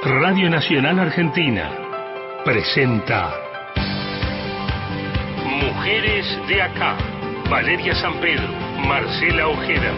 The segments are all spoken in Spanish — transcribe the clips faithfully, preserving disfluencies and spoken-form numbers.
Radio Nacional Argentina presenta Mujeres de Acá. Valeria San Pedro, Marcela Ojeda.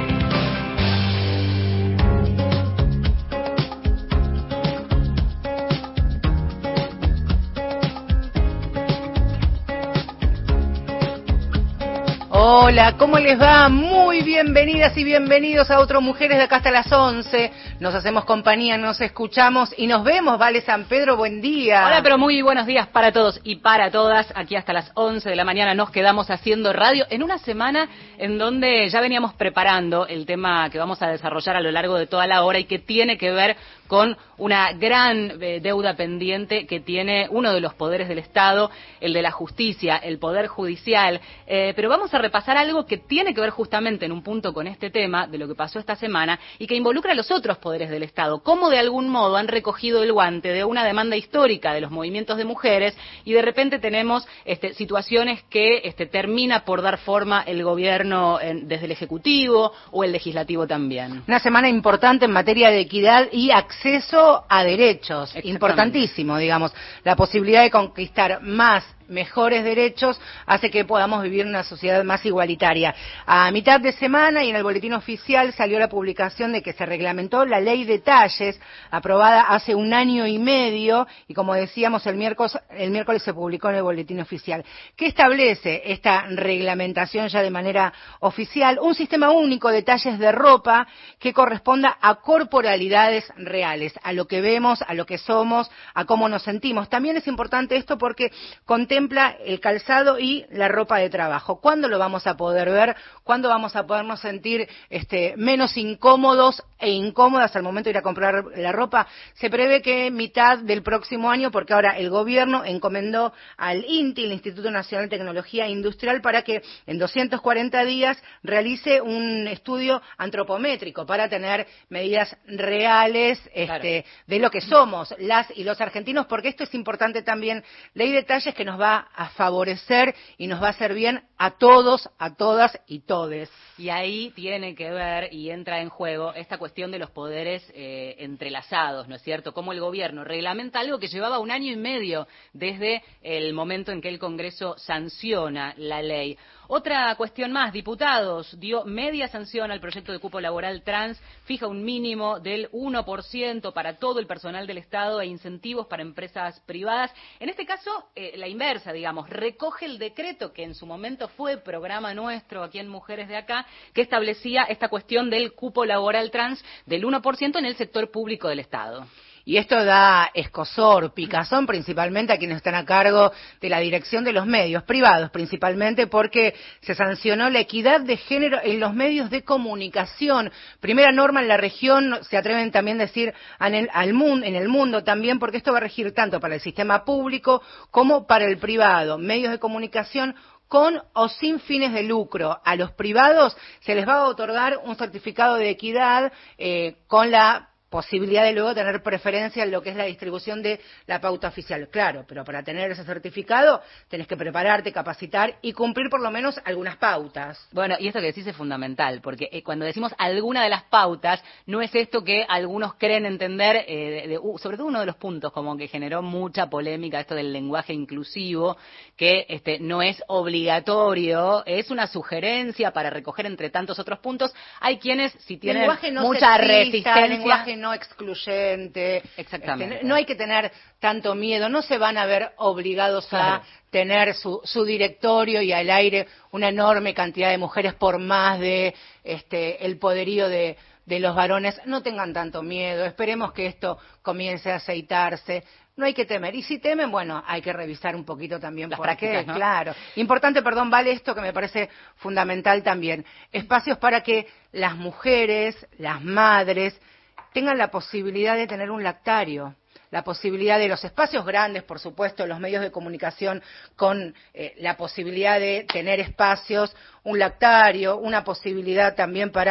Hola, ¿cómo les va? Muy bienvenidas y bienvenidos a otro Mujeres de Acá hasta las once. Nos hacemos compañía, nos escuchamos y nos vemos. Vale San Pedro, buen día. Hola, pero muy buenos días para todos y para todas. Aquí hasta las once de la mañana nos quedamos haciendo radio en una semana en donde ya veníamos preparando el tema que vamos a desarrollar a lo largo de toda la hora y que tiene que ver con una gran eh, deuda pendiente que tiene uno de los poderes del Estado, el de la justicia, el poder judicial. Eh, pero vamos a repasar algo que tiene que ver justamente en un punto con este tema de lo que pasó esta semana y que involucra a los otros poderes del Estado, cómo de algún modo han recogido el guante de una demanda histórica de los movimientos de mujeres y de repente tenemos este, situaciones que este, termina por dar forma el gobierno en, desde el Ejecutivo o el Legislativo también. Una semana importante en materia de equidad y acceso a derechos, importantísimo, digamos, la posibilidad de conquistar más mejores derechos hace que podamos vivir en una sociedad más igualitaria. A mitad de semana y en el boletín oficial salió la publicación de que se reglamentó la ley de talles, aprobada hace un año y medio, y como decíamos el miércoles, el miércoles se publicó en el boletín oficial. ¿Qué establece esta reglamentación ya de manera oficial? Un sistema único de talles de ropa que corresponda a corporalidades reales, a lo que vemos, a lo que somos, a cómo nos sentimos. También es importante esto porque contempla el calzado y la ropa de trabajo. ¿Cuándo lo vamos a poder ver? ¿Cuándo vamos a podernos sentir este, menos incómodos e incómodas al momento de ir a comprar la ropa? Se prevé que mitad del próximo año, porque ahora el gobierno encomendó al INTI, el Instituto Nacional de Tecnología Industrial, para que en doscientos cuarenta días realice un estudio antropométrico para tener medidas reales este, claro. de lo que somos las y los argentinos, porque esto es importante también. Ley de talles que nos va a favorecer y nos va a hacer bien a todos, a todas y todes. Y ahí tiene que ver y entra en juego esta cuestión de los poderes eh, entrelazados, ¿no es cierto? Cómo el gobierno reglamenta algo que llevaba un año y medio desde el momento en que el Congreso sanciona la ley. Otra cuestión más, diputados dio media sanción al proyecto de cupo laboral trans, fija un mínimo del uno por ciento para todo el personal del Estado e incentivos para empresas privadas. En este caso, eh, la inversa, digamos, recoge el decreto que en su momento fue programa nuestro aquí en Mujeres de Acá, que establecía esta cuestión del cupo laboral trans del uno por ciento en el sector público del Estado. Y esto da escozor, picazón principalmente a quienes están a cargo de la dirección de los medios privados, principalmente porque se sancionó la equidad de género en los medios de comunicación. Primera norma en la región, se atreven también a decir en el, al mundo, en el mundo también, porque esto va a regir tanto para el sistema público como para el privado. Medios de comunicación con o sin fines de lucro. A los privados se les va a otorgar un certificado de equidad eh, con la posibilidad de luego tener preferencia en lo que es la distribución de la pauta oficial. Claro, pero para tener ese certificado tenés que prepararte, capacitar y cumplir por lo menos algunas pautas. Bueno, y esto que decís es fundamental, porque eh, cuando decimos alguna de las pautas, no es esto que algunos creen entender, eh, de, de, uh, sobre todo uno de los puntos como que generó mucha polémica, esto del lenguaje inclusivo, que este, no es obligatorio, es una sugerencia para recoger entre tantos otros puntos. Hay quienes, si tienen lenguaje no mucha sexista, resistencia... lenguaje no excluyente. Exactamente. Este, no hay que tener tanto miedo, no se van a ver obligados claro. a tener su, su directorio y al aire una enorme cantidad de mujeres por más de este el poderío de, de los varones. No tengan tanto miedo, esperemos que esto comience a aceitarse. No hay que temer. Y si temen, bueno, hay que revisar un poquito también las por prácticas, qué, ¿no? Claro. Importante, perdón, vale esto que me parece fundamental también. Espacios para que las mujeres, las madres, tengan la posibilidad de tener un lactario. La posibilidad de los espacios grandes, por supuesto, los medios de comunicación con eh, la posibilidad de tener espacios, un lactario, una posibilidad también para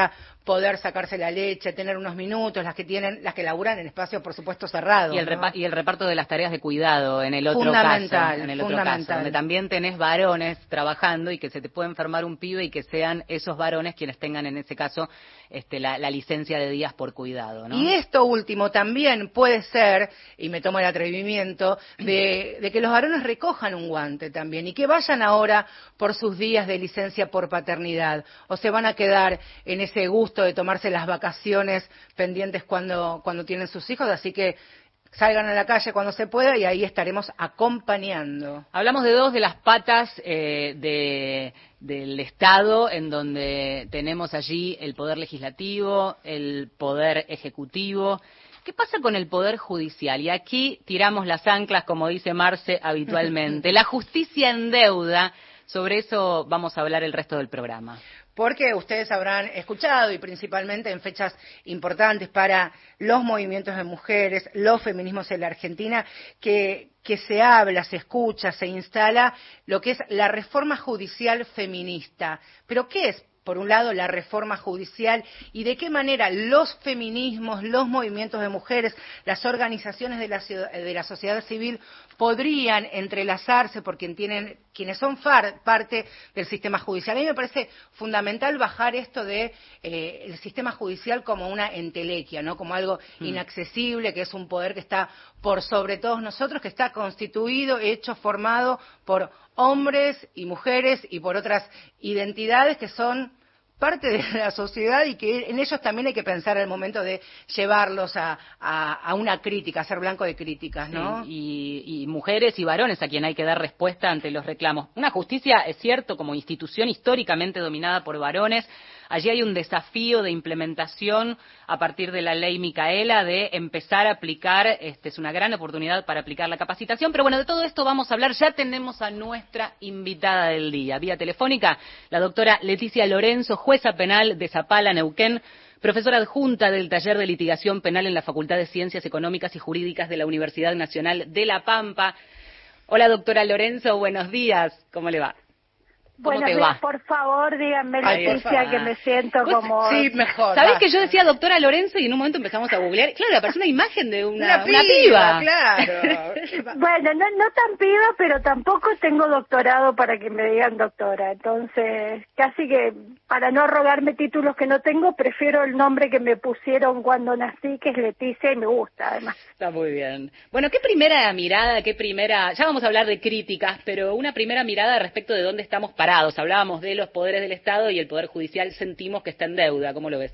poder sacarse la leche, tener unos minutos, las que tienen, las que laburan en espacios, por supuesto, cerrados. Y el, ¿no? repa- y el reparto de las tareas de cuidado en el otro fundamental, caso, en el otro fundamental. caso, donde también tenés varones trabajando y que se te puede enfermar un pibe y que sean esos varones quienes tengan en ese caso este, la, la licencia de días por cuidado, ¿no? Y esto último también puede ser, y me tomo el atrevimiento, de, de que los varones recojan un guante también y que vayan ahora por sus días de licencia por paternidad, o se van a quedar en ese gusto de tomarse las vacaciones pendientes cuando, cuando tienen sus hijos, así que salgan a la calle cuando se pueda y ahí estaremos acompañando. Hablamos de dos de las patas eh, de, del Estado, en donde tenemos allí el poder legislativo, el poder ejecutivo. ¿Qué pasa con el poder judicial? Y aquí tiramos las anclas, como dice Marce habitualmente. La justicia en deuda, sobre eso vamos a hablar el resto del programa. Porque ustedes habrán escuchado, y principalmente en fechas importantes para los movimientos de mujeres, los feminismos en la Argentina, que, que se habla, se escucha, se instala lo que es la reforma judicial feminista. ¿Pero qué es? Por un lado, la reforma judicial y de qué manera los feminismos, los movimientos de mujeres, las organizaciones de la, de la sociedad civil podrían entrelazarse por quien tienen, quienes son far, parte del sistema judicial. A mí me parece fundamental bajar esto de eh, el sistema judicial como una entelequia, ¿no? Como algo mm. inaccesible, que es un poder que está por sobre todos nosotros, que está constituido, hecho, formado por hombres y mujeres y por otras identidades que son parte de la sociedad y que en ellos también hay que pensar al momento de llevarlos a, a, a una crítica, a ser blanco de críticas, ¿no? Sí, y, y mujeres y varones a quien hay que dar respuesta ante los reclamos. Una justicia, es cierto, como institución históricamente dominada por varones. Allí hay un desafío de implementación a partir de la ley Micaela de empezar a aplicar, este es una gran oportunidad para aplicar la capacitación, pero bueno, de todo esto vamos a hablar, ya tenemos a nuestra invitada del día, vía telefónica, la doctora Leticia Lorenzo, jueza penal de Zapala, Neuquén, profesora adjunta del taller de litigación penal en la Facultad de Ciencias Económicas y Jurídicas de la Universidad Nacional de La Pampa. Hola doctora Lorenzo, buenos días, ¿cómo le va? Buenos días, por favor, díganme, Leticia, que me siento como... Sí, mejor. ¿Sabés que yo decía doctora Lorenzo y en un momento empezamos a googlear? Claro, apareció una imagen de una, una, piba, una piba. Claro. Bueno, no, no tan piba, pero tampoco tengo doctorado para que me digan doctora. Entonces, casi que para no rogarme títulos que no tengo, prefiero el nombre que me pusieron cuando nací, que es Leticia, y me gusta, además. Está muy bien. Bueno, ¿qué primera mirada, qué primera... Ya vamos a hablar de críticas, pero una primera mirada respecto de dónde estamos parados. Hablábamos de los poderes del Estado y el Poder Judicial sentimos que está en deuda. ¿Cómo lo ves?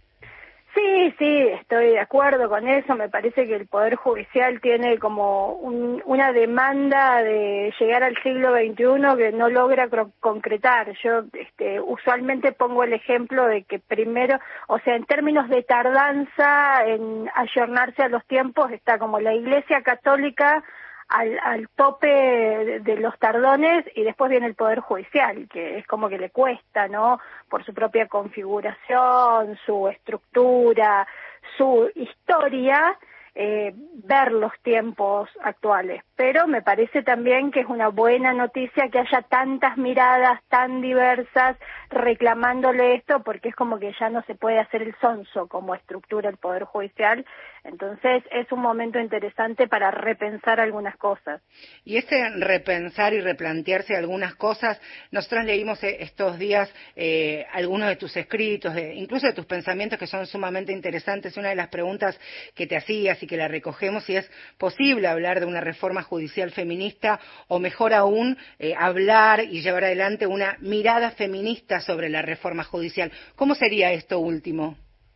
Sí, sí, estoy de acuerdo con eso. Me parece que el Poder Judicial tiene como un, una demanda de llegar al siglo veintiuno que no logra concretar. Yo este, usualmente pongo el ejemplo de que primero, o sea, en términos de tardanza en ayornarse a los tiempos, está como la Iglesia Católica Al, al tope de, de los tardones y después viene el Poder Judicial, que es como que le cuesta, ¿no? Por su propia configuración, su estructura, su historia, eh, ver los tiempos actuales. Pero me parece también que es una buena noticia que haya tantas miradas tan diversas reclamándole esto, porque es como que ya no se puede hacer el sonso como estructura el Poder Judicial. Entonces es un momento interesante para repensar algunas cosas. Y este repensar y replantearse algunas cosas, nosotros leímos estos días eh, algunos de tus escritos, de, incluso de tus pensamientos que son sumamente interesantes. Una de las preguntas que te hacías y que la recogemos, si es posible hablar de una reforma judicial feminista o mejor aún eh, hablar y llevar adelante una mirada feminista sobre la reforma judicial. ¿Cómo sería esto último?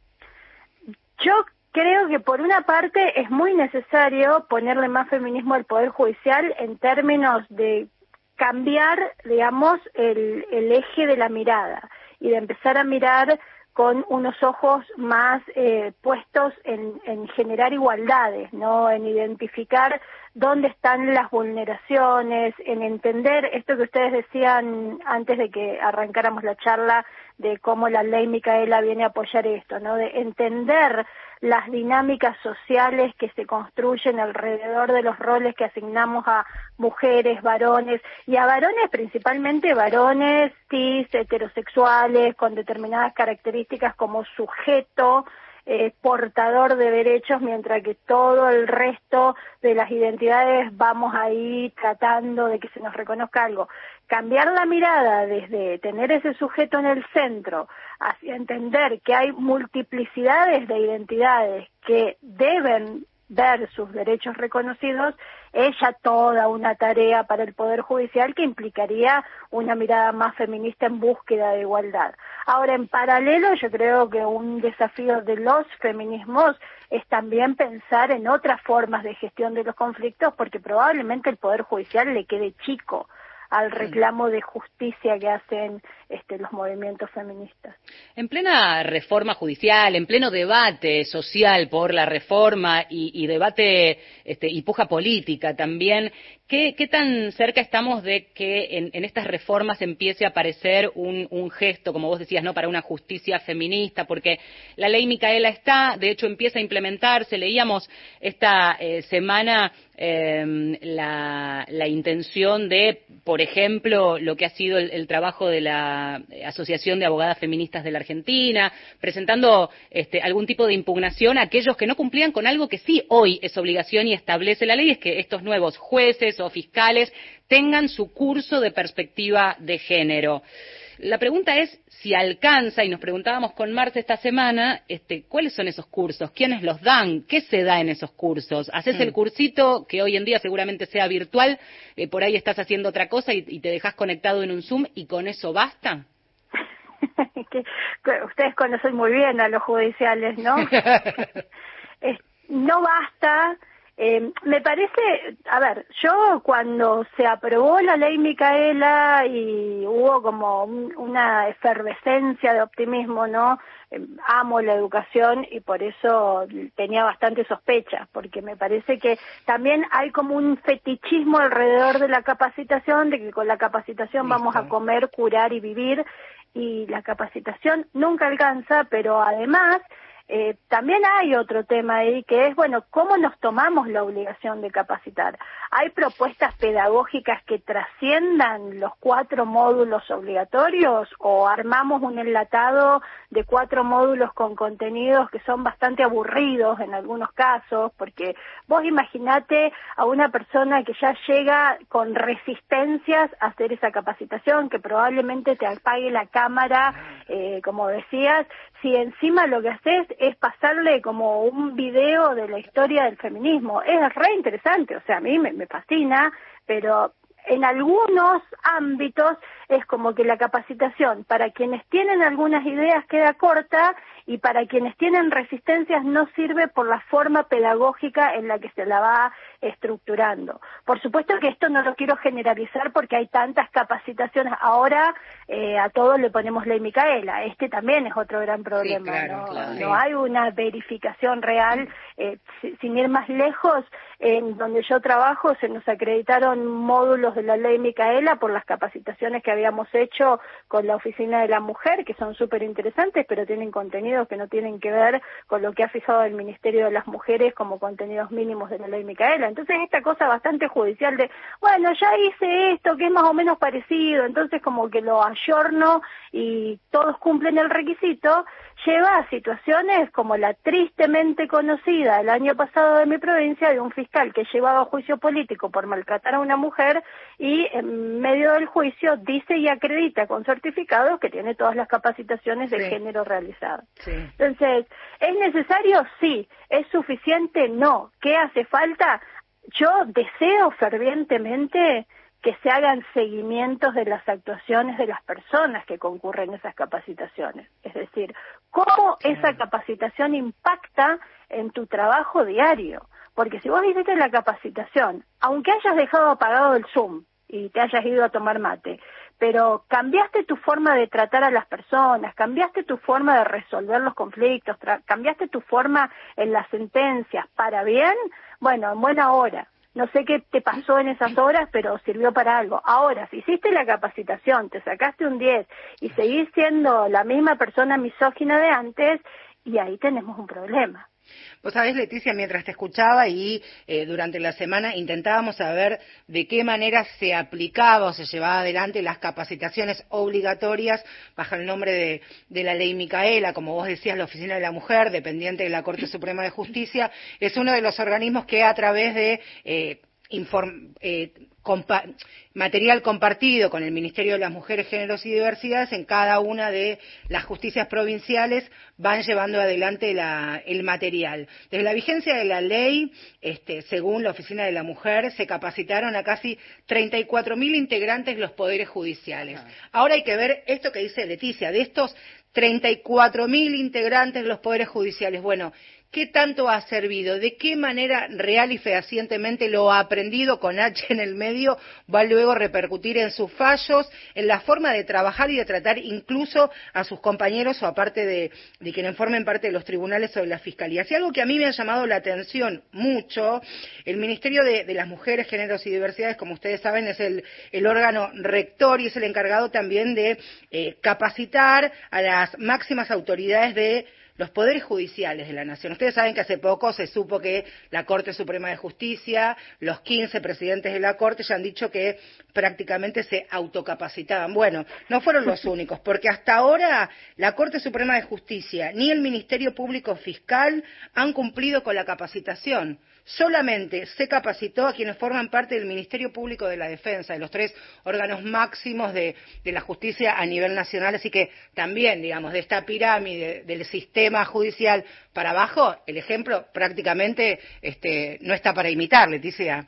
Yo creo que por una parte es muy necesario ponerle más feminismo al Poder Judicial en términos de cambiar, digamos, el, el eje de la mirada y de empezar a mirar con unos ojos más eh, puestos en, en generar igualdades, ¿no? En identificar dónde están las vulneraciones, en entender esto que ustedes decían antes de que arrancáramos la charla, de cómo la ley Micaela viene a apoyar esto, ¿no? De entender las dinámicas sociales que se construyen alrededor de los roles que asignamos a mujeres, varones, y a varones principalmente varones cis, heterosexuales, con determinadas características como sujeto, eh, portador de derechos, mientras que todo el resto de las identidades vamos ahí tratando de que se nos reconozca algo. Cambiar la mirada desde tener ese sujeto en el centro hacia entender que hay multiplicidades de identidades que deben ver sus derechos reconocidos, es ya toda una tarea para el Poder Judicial que implicaría una mirada más feminista en búsqueda de igualdad. Ahora, en paralelo, yo creo que un desafío de los feminismos es también pensar en otras formas de gestión de los conflictos, porque probablemente el Poder Judicial le quede chico al reclamo de justicia que hacen este, los movimientos feministas. En plena reforma judicial, en pleno debate social por la reforma y, y debate este, y puja política también, ¿qué, qué tan cerca estamos de que en, en estas reformas empiece a aparecer un, un gesto, como vos decías, no, para una justicia feminista? Porque la ley Micaela está, de hecho empieza a implementarse. Leíamos esta eh, semana eh, la, la intención de, por ejemplo, lo que ha sido el, el trabajo de la Asociación de Abogadas Feministas de la Argentina, presentando este, algún tipo de impugnación a aquellos que no cumplían con algo que sí hoy es obligación y establece la ley, es que estos nuevos jueces o fiscales tengan su curso de perspectiva de género. La pregunta es si alcanza, y nos preguntábamos con Marce esta semana, este, ¿cuáles son esos cursos? ¿Quiénes los dan? ¿Qué se da en esos cursos? ¿Haces mm. el cursito, que hoy en día seguramente sea virtual, eh, por ahí estás haciendo otra cosa y, y te dejas conectado en un Zoom y con eso basta? que, que ustedes conocen muy bien a los judiciales, ¿no? es, no basta. Eh, me parece, a ver, yo cuando se aprobó la ley Micaela y hubo como un, una efervescencia de optimismo, ¿no? Eh, amo la educación y por eso tenía bastante sospecha, porque me parece que también hay como un fetichismo alrededor de la capacitación, de que con la capacitación Listo. Vamos a comer, curar y vivir, y la capacitación nunca alcanza, pero además Eh, también hay otro tema ahí que es, bueno, ¿cómo nos tomamos la obligación de capacitar? ¿Hay propuestas pedagógicas que trasciendan los cuatro módulos obligatorios o armamos un enlatado de cuatro módulos con contenidos que son bastante aburridos en algunos casos? Porque vos imaginate a una persona que ya llega con resistencias a hacer esa capacitación, que probablemente te apague la cámara, eh, como decías, si encima lo que haces es pasarle como un video de la historia del feminismo. Es re interesante, o sea, a mí me, me fascina, pero en algunos ámbitos es como que la capacitación para quienes tienen algunas ideas queda corta y para quienes tienen resistencias no sirve por la forma pedagógica en la que se la va estructurando. Por supuesto que esto no lo quiero generalizar porque hay tantas capacitaciones. Ahora eh, a todos le ponemos ley Micaela. Este también es otro gran problema. Sí, claro, ¿no? Claro, no sí. hay una verificación real. Eh, sin ir más lejos, en donde yo trabajo se nos acreditaron módulos de la ley Micaela por las capacitaciones que habíamos hecho con la Oficina de la Mujer, que son súper interesantes, pero tienen contenidos que no tienen que ver con lo que ha fijado el Ministerio de las Mujeres como contenidos mínimos de la ley Micaela. Entonces esta cosa bastante judicial de, bueno, ya hice esto que es más o menos parecido, entonces como que lo ayorno y todos cumplen el requisito, lleva a situaciones como la tristemente conocida el año pasado de mi provincia de un fiscal que llevaba a juicio político por maltratar a una mujer y en medio del juicio dice y acredita con certificados que tiene todas las capacitaciones de sí. género realizadas. Sí. Entonces, ¿es necesario? Sí. ¿Es suficiente? No. ¿Qué hace falta? Yo deseo fervientemente que se hagan seguimientos de las actuaciones de las personas que concurren a esas capacitaciones. Es decir, cómo esa capacitación impacta en tu trabajo diario. Porque si vos hiciste la capacitación, aunque hayas dejado apagado el Zoom y te hayas ido a tomar mate, pero cambiaste tu forma de tratar a las personas, cambiaste tu forma de resolver los conflictos, cambiaste tu forma en las sentencias para bien, bueno, en buena hora. no sé qué te pasó en esas horas, pero sirvió para algo. Ahora, si hiciste la capacitación, te sacaste un diez y seguís siendo la misma persona misógina de antes, y ahí tenemos un problema. Vos sabés, Leticia, mientras te escuchaba y eh, durante la semana intentábamos saber de qué manera se aplicaba o se llevaba adelante las capacitaciones obligatorias bajo el nombre de, de la ley Micaela, como vos decías, la Oficina de la Mujer, dependiente de la Corte Suprema de Justicia, es uno de los organismos que a través de eh, inform, eh, compa material compartido con el Ministerio de las Mujeres, Géneros y Diversidades, en cada una de las justicias provinciales van llevando adelante la, el material. Desde la vigencia de la ley, este, según la Oficina de la Mujer, se capacitaron a casi treinta y cuatro mil integrantes de los poderes judiciales. Ahora hay que ver esto que dice Leticia, de estos treinta y cuatro mil integrantes de los poderes judiciales. Bueno, ¿qué tanto ha servido? ¿De qué manera real y fehacientemente lo aprendido con H en el medio va luego a repercutir en sus fallos, en la forma de trabajar y de tratar incluso a sus compañeros o aparte de, de quienes formen parte de los tribunales o de la Fiscalía? Si algo que a mí me ha llamado la atención mucho, el Ministerio de, de las Mujeres, Géneros y Diversidades, como ustedes saben, es el, el órgano rector y es el encargado también de eh, capacitar a las máximas autoridades de los poderes judiciales de la Nación. Ustedes saben que hace poco se supo que la Corte Suprema de Justicia, los quince presidentes de la Corte ya han dicho que prácticamente se autocapacitaban. Bueno, no fueron los únicos, porque hasta ahora la Corte Suprema de Justicia ni el Ministerio Público Fiscal han cumplido con la capacitación. Solamente se capacitó a quienes forman parte del Ministerio Público de la Defensa, de los tres órganos máximos de, de la justicia a nivel nacional, así que también, digamos, de esta pirámide del sistema judicial para abajo, el ejemplo prácticamente este, no está para imitar, Leticia.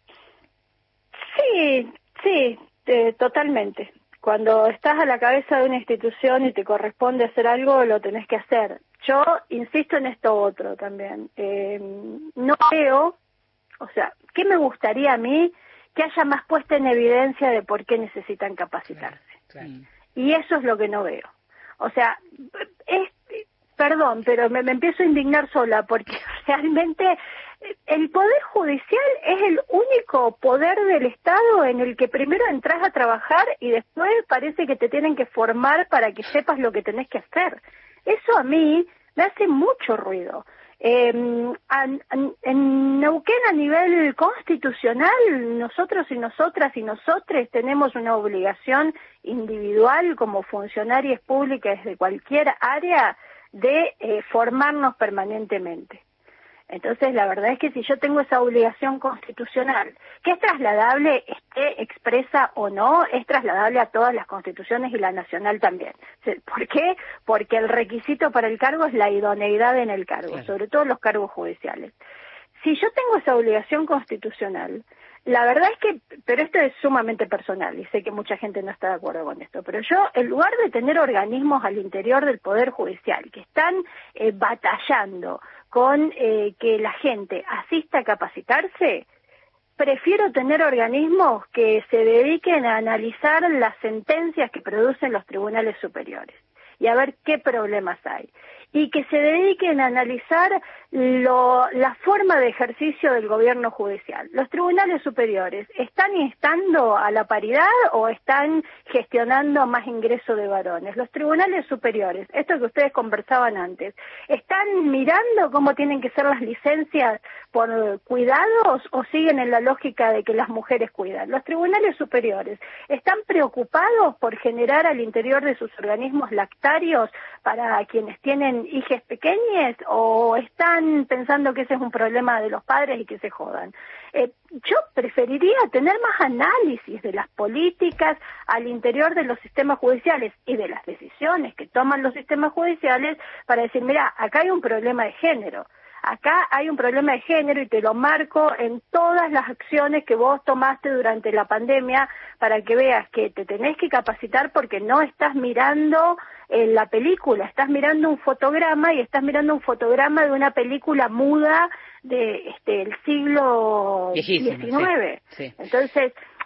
Sí, sí, eh, totalmente. Cuando estás a la cabeza de una institución y te corresponde hacer algo, lo tenés que hacer. Yo insisto en esto otro también. Eh, no veo, o sea, ¿qué me gustaría a mí? Que haya más puesta en evidencia de por qué necesitan capacitarse. Claro, claro. Y eso es lo que no veo. O sea, es, perdón, pero me, me empiezo a indignar sola porque realmente el Poder Judicial es el único poder del Estado en el que primero entras a trabajar y después parece que te tienen que formar para que sepas lo que tenés que hacer. Eso a mí me hace mucho ruido. Eh, an, an, en Neuquén a nivel constitucional, nosotros y nosotras y nosotres tenemos una obligación individual como funcionarias públicas de cualquier área de eh, formarnos permanentemente. Entonces, la verdad es que si yo tengo esa obligación constitucional, que es trasladable, esté expresa o no, es trasladable a todas las constituciones y la nacional también. ¿Por qué? Porque el requisito para el cargo es la idoneidad en el cargo, claro, sobre todo los cargos judiciales. Si yo tengo esa obligación constitucional, la verdad es que, pero esto es sumamente personal y sé que mucha gente no está de acuerdo con esto, pero yo, en lugar de tener organismos al interior del Poder Judicial que están eh, batallando con eh, que la gente asista a capacitarse, prefiero tener organismos que se dediquen a analizar las sentencias que producen los tribunales superiores y a ver qué problemas hay. Y que se dediquen a analizar lo, la forma de ejercicio del gobierno judicial. Los tribunales superiores, ¿están instando a la paridad o están gestionando más ingreso de varones? Los tribunales superiores, esto que ustedes conversaban antes, ¿están mirando cómo tienen que ser las licencias por cuidados o siguen en la lógica de que las mujeres cuidan? Los tribunales superiores, ¿están preocupados por generar al interior de sus organismos lactarios para quienes tienen hijas pequeñas o están pensando que ese es un problema de los padres y que se jodan? Eh, yo preferiría tener más análisis de las políticas al interior de los sistemas judiciales y de las decisiones que toman los sistemas judiciales para decir, mira, acá hay un problema de género. Acá hay un problema de género y te lo marco en todas las acciones que vos tomaste durante la pandemia para que veas que te tenés que capacitar porque no estás mirando en la película, estás mirando un fotograma y estás mirando un fotograma de una película muda de este el siglo diecinueve. Sí, sí. Entonces,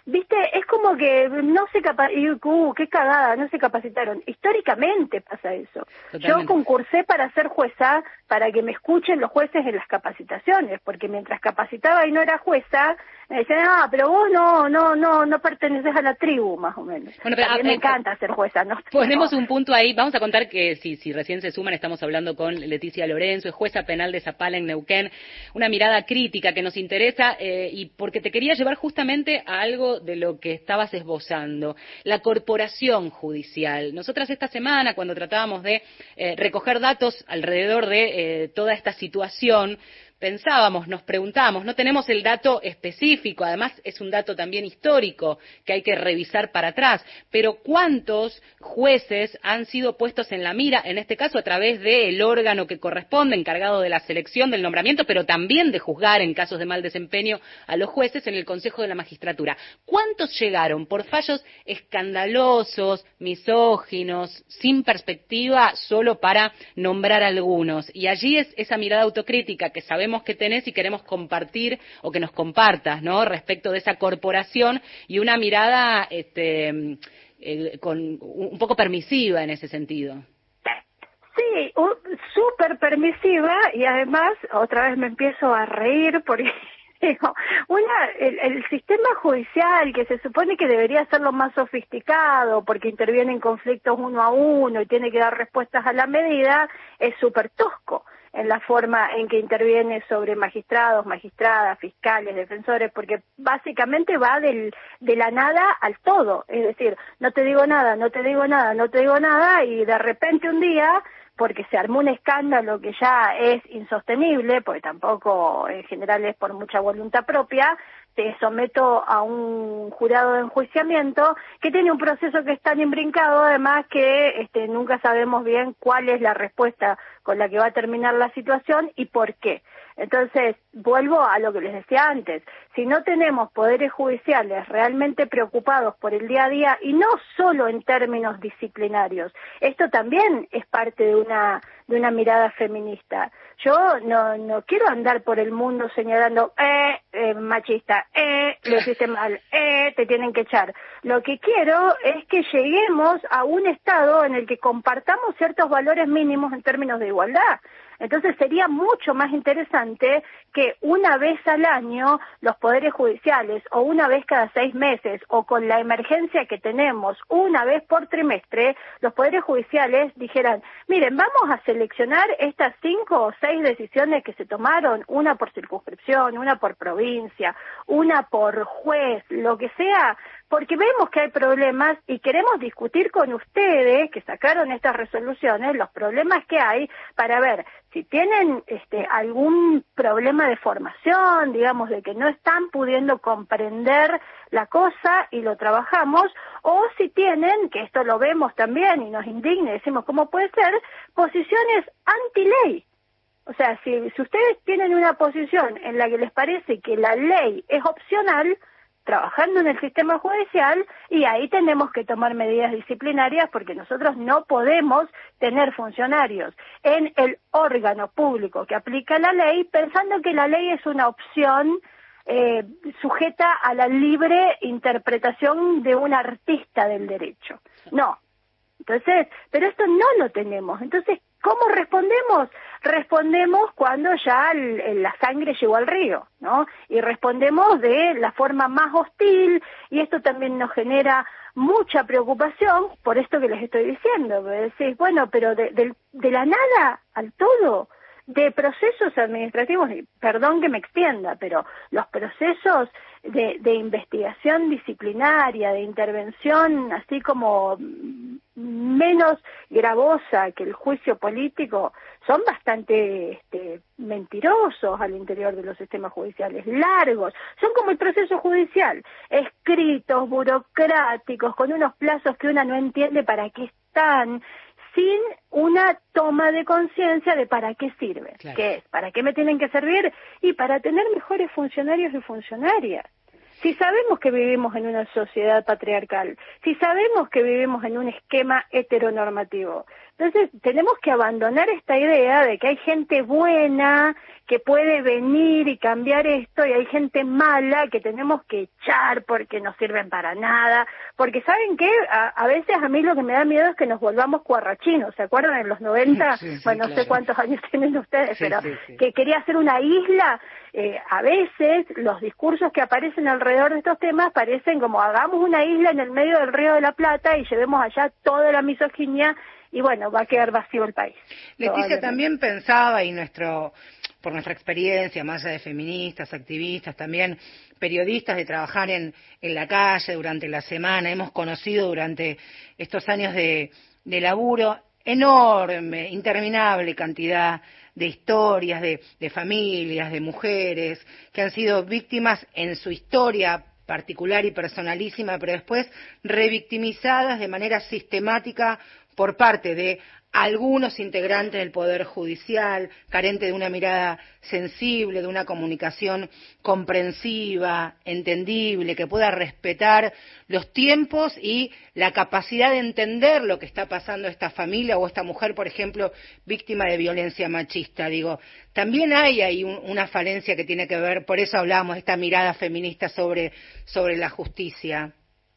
viste, es como que no se capacitaron, uh, qué cagada, no se capacitaron. Históricamente pasa eso. Totalmente. Yo concursé para ser jueza, para que me escuchen los jueces en las capacitaciones, porque mientras capacitaba y no era jueza, me decían, ah, pero vos no, no, no, no perteneces a la tribu, más o menos. Bueno, pero, a mí me encanta ser jueza, ¿no? Ponemos un punto ahí, vamos a contar que si, si recién se suman, estamos hablando con Leticia Lorenzo, es jueza penal de Zapala en Neuquén, una mirada crítica que nos interesa, eh, y porque te quería llevar justamente a algo de lo que estabas esbozando, la corporación judicial. Nosotras esta semana, cuando tratábamos de eh, recoger datos alrededor de eh, toda esta situación, pensábamos, nos preguntábamos, no tenemos el dato específico, además es un dato también histórico que hay que revisar para atrás, pero ¿cuántos jueces han sido puestos en la mira, en este caso a través del órgano que corresponde, encargado de la selección, del nombramiento, pero también de juzgar en casos de mal desempeño a los jueces en el Consejo de la Magistratura? ¿Cuántos llegaron por fallos escandalosos, misóginos, sin perspectiva, solo para nombrar algunos? Y allí es esa mirada autocrítica que sabemos que tenés y queremos compartir o que nos compartas, ¿no? Respecto de esa corporación y una mirada este, eh, con un poco permisiva en ese sentido. Sí, súper permisiva, y además otra vez me empiezo a reír porque digo, una, el, el sistema judicial, que se supone que debería ser lo más sofisticado porque interviene en conflictos uno a uno y tiene que dar respuestas a la medida, es súper tosco en la forma en que interviene sobre magistrados, magistradas, fiscales, defensores, porque básicamente va del, de la nada al todo, es decir, no te digo nada, no te digo nada, no te digo nada, y de repente un día, porque se armó un escándalo que ya es insostenible, porque tampoco en general es por mucha voluntad propia, te someto a un jurado de enjuiciamiento que tiene un proceso que es tan imbrincado, además que este, nunca sabemos bien cuál es la respuesta con la que va a terminar la situación y por qué. Entonces, vuelvo a lo que les decía antes, si no tenemos poderes judiciales realmente preocupados por el día a día, y no solo en términos disciplinarios, esto también es parte de una de una mirada feminista. Yo no no quiero andar por el mundo señalando, eh, eh machista, eh, lo hiciste mal, eh, te tienen que echar. Lo que quiero es que lleguemos a un estado en el que compartamos ciertos valores mínimos en términos de igualdad. Entonces sería mucho más interesante que una vez al año los poderes judiciales, o una vez cada seis meses, o con la emergencia que tenemos, una vez por trimestre, los poderes judiciales dijeran, miren, vamos a seleccionar estas cinco o seis decisiones que se tomaron, una por circunscripción, una por provincia, una por juez, lo que sea, porque vemos que hay problemas y queremos discutir con ustedes, que sacaron estas resoluciones, los problemas que hay, para ver si tienen este, algún problema de formación, digamos, de que no están pudiendo comprender la cosa y lo trabajamos, o si tienen, que esto lo vemos también y nos indigna, decimos, ¿cómo puede ser?, posiciones anti-ley. O sea, si, si ustedes tienen una posición en la que les parece que la ley es opcional, trabajando en el sistema judicial, y ahí tenemos que tomar medidas disciplinarias, porque nosotros no podemos tener funcionarios en el órgano público que aplica la ley pensando que la ley es una opción eh, sujeta a la libre interpretación de un artista del derecho. No. Entonces, pero esto no lo tenemos. Entonces, ¿cómo respondemos? Respondemos cuando ya el, el, la sangre llegó al río, ¿no? Y respondemos de la forma más hostil, y esto también nos genera mucha preocupación por esto que les estoy diciendo. Decís, bueno, pero de, de, de la nada al todo, de procesos administrativos, y perdón que me extienda, pero los procesos de, de investigación disciplinaria, de intervención así como menos gravosa que el juicio político, son bastante este, mentirosos al interior de los sistemas judiciales, largos, son como el proceso judicial, escritos, burocráticos, con unos plazos que una no entiende para qué están, sin una toma de conciencia de para qué sirve, claro. ¿Qué es? ¿Para qué me tienen que servir? Y para tener mejores funcionarios y funcionarias. Si sabemos que vivimos en una sociedad patriarcal, si sabemos que vivimos en un esquema heteronormativo, entonces tenemos que abandonar esta idea de que hay gente buena que puede venir y cambiar esto, y hay gente mala que tenemos que echar porque no sirven para nada, porque ¿saben qué? A, a veces a mí lo que me da miedo es que nos volvamos cuarrachinos, ¿se acuerdan? En los noventa, sí, sí, bueno, no claro. sé cuántos años tienen ustedes, sí, pero sí, sí. que quería hacer una isla, eh, a veces los discursos que aparecen alrededor de estos temas parecen como hagamos una isla en el medio del Río de la Plata y llevemos allá toda la misoginia, y bueno, va a quedar vacío el país. Leticia también pensaba, y nuestro, por nuestra experiencia, más allá de feministas, activistas, también periodistas, de trabajar en, en la calle durante la semana, hemos conocido durante estos años de, de laburo enorme, interminable cantidad de historias, de, de familias, de mujeres que han sido víctimas en su historia particular y personalísima, pero después revictimizadas de manera sistemática por parte de algunos integrantes del Poder Judicial, carente de una mirada sensible, de una comunicación comprensiva, entendible, que pueda respetar los tiempos y la capacidad de entender lo que está pasando a esta familia o a esta mujer, por ejemplo, víctima de violencia machista. Digo, también hay ahí un, una falencia que tiene que ver, por eso hablamos de esta mirada feminista sobre, sobre la justicia.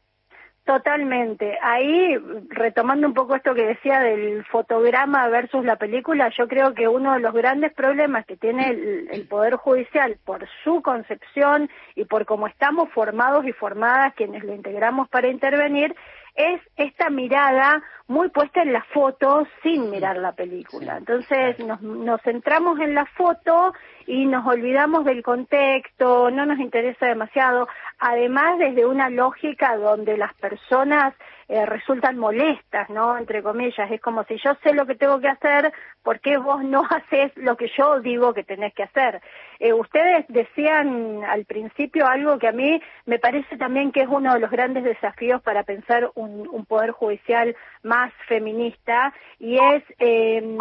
Totalmente. Ahí, retomando un poco esto que decía del fotograma versus la película, yo creo que uno de los grandes problemas que tiene el, el Poder Judicial por su concepción y por cómo estamos formados y formadas quienes lo integramos para intervenir, es esta mirada muy puesta en la foto sin mirar la película. Entonces nos, nos centramos en la foto y nos olvidamos del contexto, no nos interesa demasiado, además desde una lógica donde las personas eh, resultan molestas, ¿no? Entre comillas, es como si yo sé lo que tengo que hacer, ¿por qué vos no haces lo que yo digo que tenés que hacer? Eh, ustedes decían al principio algo que a mí me parece también que es uno de los grandes desafíos para pensar un, un poder judicial más feminista, y es eh,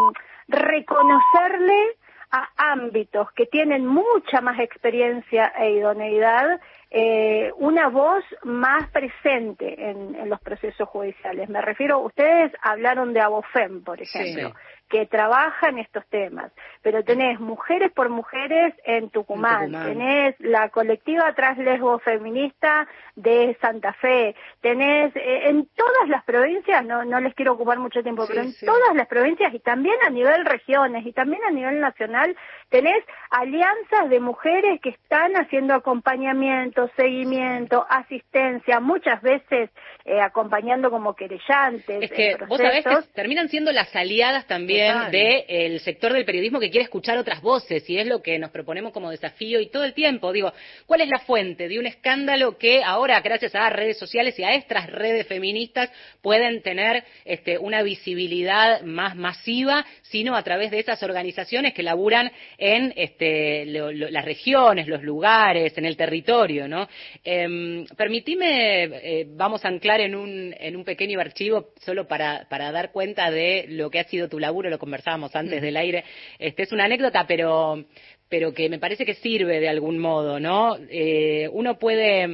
reconocerle a ámbitos que tienen mucha más experiencia e idoneidad eh, una voz más presente en, en los procesos judiciales. Me refiero, ustedes hablaron de Abofem, por ejemplo, sí, que trabaja en estos temas, pero tenés Mujeres por Mujeres en Tucumán, en Tucumán. Tenés la colectiva Traslesbo Feminista de Santa Fe, tenés eh, en todas las provincias, no no les quiero ocupar mucho tiempo, sí, pero en sí. todas las provincias y también a nivel regiones y también a nivel nacional, tenés alianzas de mujeres que están haciendo acompañamiento, seguimiento, asistencia, muchas veces eh, acompañando como querellantes. Es que vos sabés que terminan siendo las aliadas también del sector del periodismo que quiere escuchar otras voces, y es lo que nos proponemos como desafío y todo el tiempo. Digo, ¿cuál es la fuente de un escándalo que ahora, gracias a redes sociales y a estas redes feministas, pueden tener este, una visibilidad más masiva, sino a través de esas organizaciones que laburan en este, lo, lo, las regiones, los lugares, en el territorio, ¿no? Eh, permitime, eh, vamos a anclar en un, en un pequeño archivo solo para, para dar cuenta de lo que ha sido tu laburo, lo conversábamos antes del aire. Este es una anécdota, pero pero que me parece que sirve de algún modo, ¿no? Eh, uno puede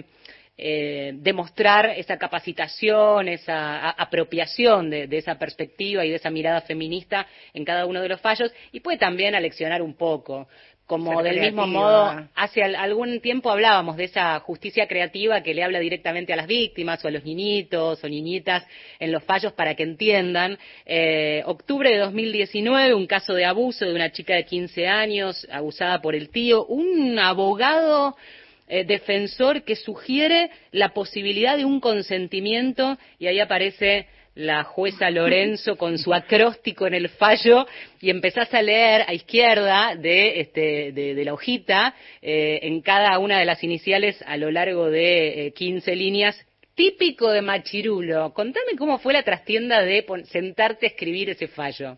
eh, demostrar esa capacitación, esa a, apropiación de, de esa perspectiva y de esa mirada feminista en cada uno de los fallos, y puede también aleccionar un poco. Como del mismo modo, hace algún tiempo hablábamos de esa justicia creativa que le habla directamente a las víctimas o a los niñitos o niñitas en los fallos para que entiendan. Eh, octubre de dos mil diecinueve, un caso de abuso de una chica de quince años abusada por el tío, un abogado eh, defensor que sugiere la posibilidad de un consentimiento, y ahí aparece la jueza Lorenzo con su acróstico en el fallo, y empezás a leer a izquierda de, este, de, de la hojita, eh, en cada una de las iniciales a lo largo de eh, quince líneas, típico de Machirulo. Contame cómo fue la trastienda de sentarte a escribir ese fallo.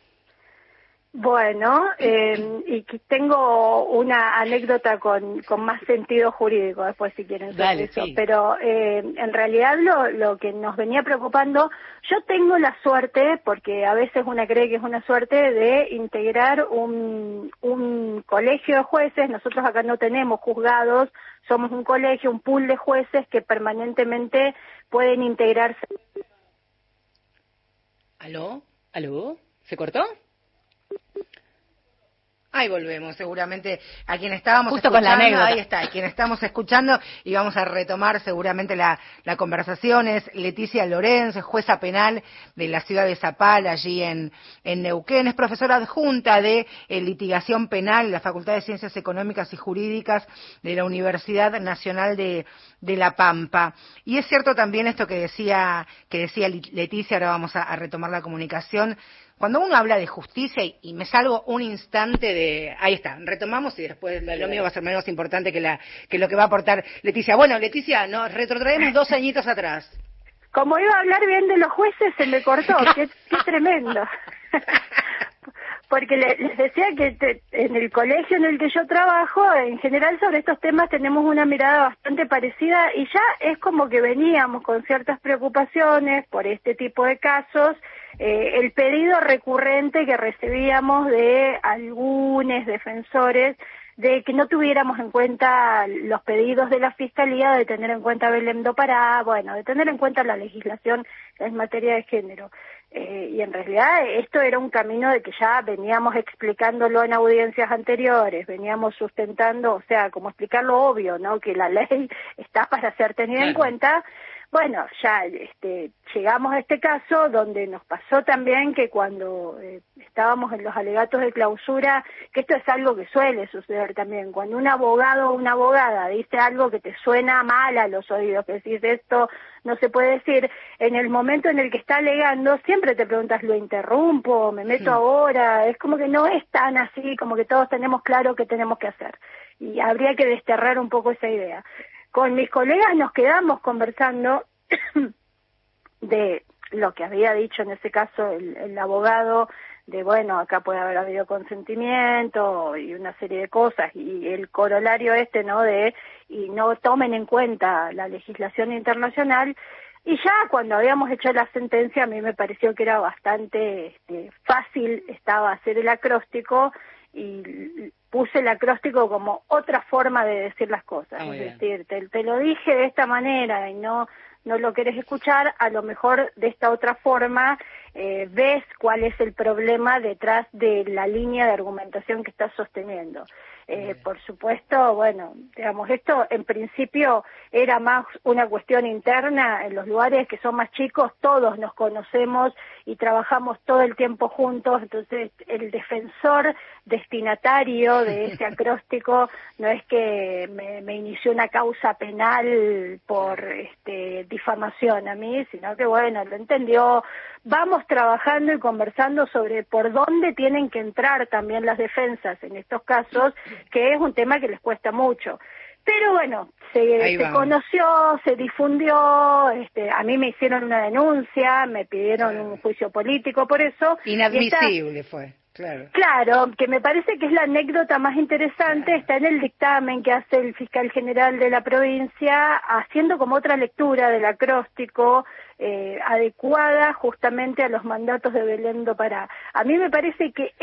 Bueno, eh, y tengo una anécdota con, con más sentido jurídico después si quieren sobre Dale, eso, sí. pero eh, en realidad lo, lo que nos venía preocupando, yo tengo la suerte, porque a veces una cree que es una suerte, de integrar un, un colegio de jueces. Nosotros acá no tenemos juzgados, somos un colegio, un pool de jueces que permanentemente pueden integrarse. ¿Aló? ¿Aló? ¿Se cortó? Ahí volvemos, seguramente a quien estábamos Justo escuchando, con la anécdota. ahí está, a quien estamos escuchando, y vamos a retomar seguramente la, la conversación. Es Leticia Lorenz, jueza penal de la ciudad de Zapala, allí en, en Neuquén, es profesora adjunta de eh, litigación penal en la Facultad de Ciencias Económicas y Jurídicas de la Universidad Nacional de, de La Pampa. Y es cierto también esto que decía, que decía Leticia, ahora vamos a, a retomar la comunicación. Cuando uno habla de justicia, y, y me salgo un instante de... Ahí está, retomamos y después lo, lo mío va a ser menos importante que, la, que lo que va a aportar Leticia. Bueno, Leticia, nos retrotraemos dos añitos atrás. Como iba a hablar bien de los jueces, se me cortó. qué, qué tremendo. Porque le, les decía que te, en el colegio en el que yo trabajo, en general sobre estos temas tenemos una mirada bastante parecida y ya es como que veníamos con ciertas preocupaciones por este tipo de casos. Eh, el pedido recurrente que recibíamos de algunos defensores de que no tuviéramos en cuenta los pedidos de la Fiscalía de tener en cuenta Belém do Pará, bueno, de tener en cuenta la legislación en materia de género. Eh, y en realidad esto era un camino de que ya veníamos explicándolo en audiencias anteriores, veníamos sustentando, o sea, como explicar lo obvio, ¿no? Que la ley está para ser tenida claro. en cuenta. Bueno, ya este, llegamos a este caso donde nos pasó también que cuando eh, estábamos en los alegatos de clausura, que esto es algo que suele suceder también, cuando un abogado o una abogada dice algo que te suena mal a los oídos, que decís esto no se puede decir, en el momento en el que está alegando siempre te preguntas, ¿lo interrumpo? ¿Me meto sí. ahora? Es como que no es tan así, como que todos tenemos claro qué tenemos que hacer y habría que desterrar un poco esa idea. Con mis colegas nos quedamos conversando de lo que había dicho en ese caso el, el abogado, de bueno, acá puede haber habido consentimiento y una serie de cosas, y el corolario este, ¿no?, de y no tomen en cuenta la legislación internacional. Y ya cuando habíamos hecho la sentencia, a mí me pareció que era bastante este, fácil, estaba hacer el acróstico, y puse el acróstico como otra forma de decir las cosas, oh, es bien. decir, te, te lo dije de esta manera y no no lo querés escuchar, a lo mejor de esta otra forma eh, ves cuál es el problema detrás de la línea de argumentación que estás sosteniendo. Eh, por supuesto, bueno, digamos, esto en principio era más una cuestión interna. En los lugares que son más chicos todos nos conocemos y trabajamos todo el tiempo juntos, entonces el defensor destinatario de ese acróstico no es que me, me inició una causa penal por este, difamación a mí, sino que bueno, lo entendió. Vamos trabajando y conversando sobre por dónde tienen que entrar también las defensas en estos casos, que es un tema que les cuesta mucho. Pero bueno, se, se conoció, se difundió, este, a mí me hicieron una denuncia, me pidieron claro. un juicio político por eso. Inadmisible está, fue, claro. Claro, que me parece que es la anécdota más interesante, claro. está en el dictamen que hace el fiscal general de la provincia, haciendo como otra lectura del acróstico, Eh, adecuada justamente a los mandatos de Belém do Pará. A mí me parece que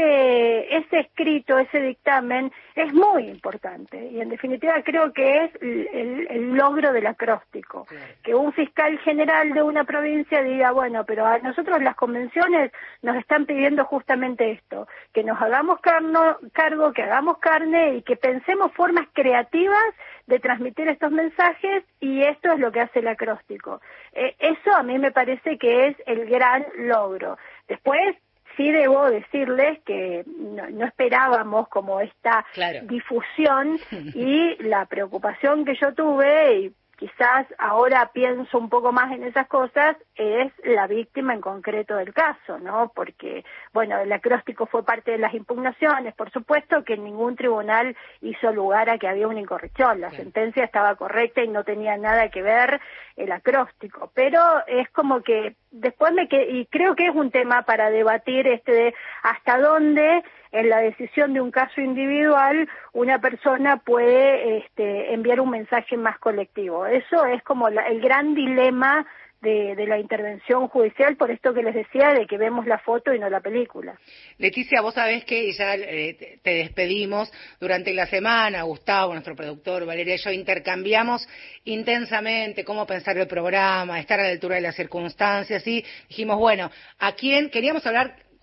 ese ese escrito, ese dictamen es muy importante y en definitiva creo que es el, el, el logro del acróstico. Sí. Que un fiscal general de una provincia diga, bueno, pero a nosotros las convenciones nos están pidiendo justamente esto, que nos hagamos carno, cargo, que hagamos carne y que pensemos formas creativas de transmitir estos mensajes, y esto es lo que hace el acróstico. Eh, eso a mí me parece que es el gran logro. Después, sí debo decirles que no, no esperábamos como esta claro. difusión, y la preocupación que yo tuve, y quizás ahora pienso un poco más en esas cosas, es la víctima en concreto del caso, ¿no? Porque, bueno, el acróstico fue parte de las impugnaciones, por supuesto que ningún tribunal hizo lugar a que había una incorrección, la sí. sentencia estaba correcta y no tenía nada que ver el acróstico, pero es como que después me quedé, y creo que es un tema para debatir este de hasta dónde en la decisión de un caso individual una persona puede este, enviar un mensaje más colectivo. Eso es como la, el gran dilema de, de la intervención judicial, por esto que les decía de que vemos la foto y no la película. Leticia, vos sabés que ya eh, te despedimos durante la semana, Gustavo, nuestro productor, Valeria y yo intercambiamos intensamente cómo pensar el programa, estar a la altura de las circunstancias, y dijimos, bueno, ¿a quién? Queríamos hablar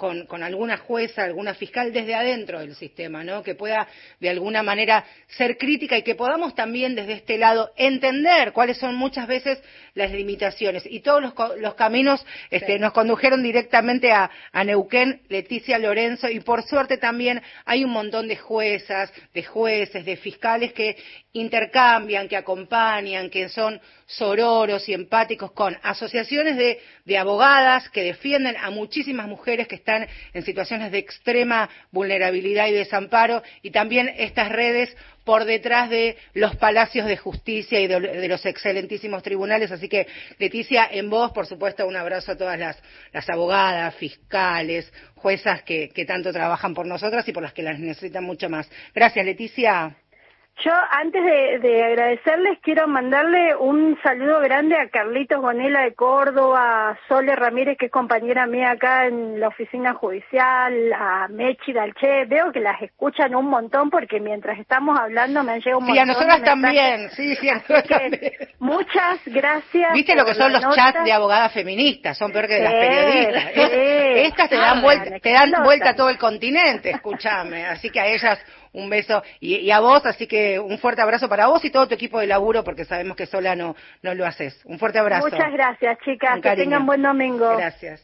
con, con alguna jueza, alguna fiscal desde adentro del sistema, ¿no? Que pueda de alguna manera ser crítica y que podamos también desde este lado entender cuáles son muchas veces las limitaciones. Y todos los, los caminos este, sí. nos condujeron directamente a, a Neuquén, Leticia Lorenzo, y por suerte también hay un montón de juezas, de jueces, de fiscales que intercambian, que acompañan, que son sororos y empáticos con asociaciones de, de abogadas que defienden a muchísimas mujeres que están en situaciones de extrema vulnerabilidad y desamparo, y también estas redes por detrás de los palacios de justicia y de, de los excelentísimos tribunales. Así que, Leticia, en vos, por supuesto, un abrazo a todas las, las abogadas, fiscales, juezas que, que tanto trabajan por nosotras y por las que las necesitan mucho más. Gracias, Leticia. Yo, antes de, de agradecerles, quiero mandarle un saludo grande a Carlitos Bonela de Córdoba, a Sole Ramírez, que es compañera mía acá en la oficina judicial, a Mechi Dalche. Veo que las escuchan un montón porque mientras estamos hablando me han llegado un sí, montón a nosotras de también, sí, sí, a nosotras también. Muchas gracias. ¿Viste lo que son los nota? chats de abogadas feministas? Son peor que de las periodistas. Sí, es, estas te dan ah, vuelta, te dan explotan. vuelta a todo el continente, escúchame. Así que a ellas un beso, y, y a vos, así que un fuerte abrazo para vos y todo tu equipo de laburo, porque sabemos que sola no, no lo haces. Un fuerte abrazo. Muchas gracias, chicas. Un que cariño. tengan buen domingo. Gracias.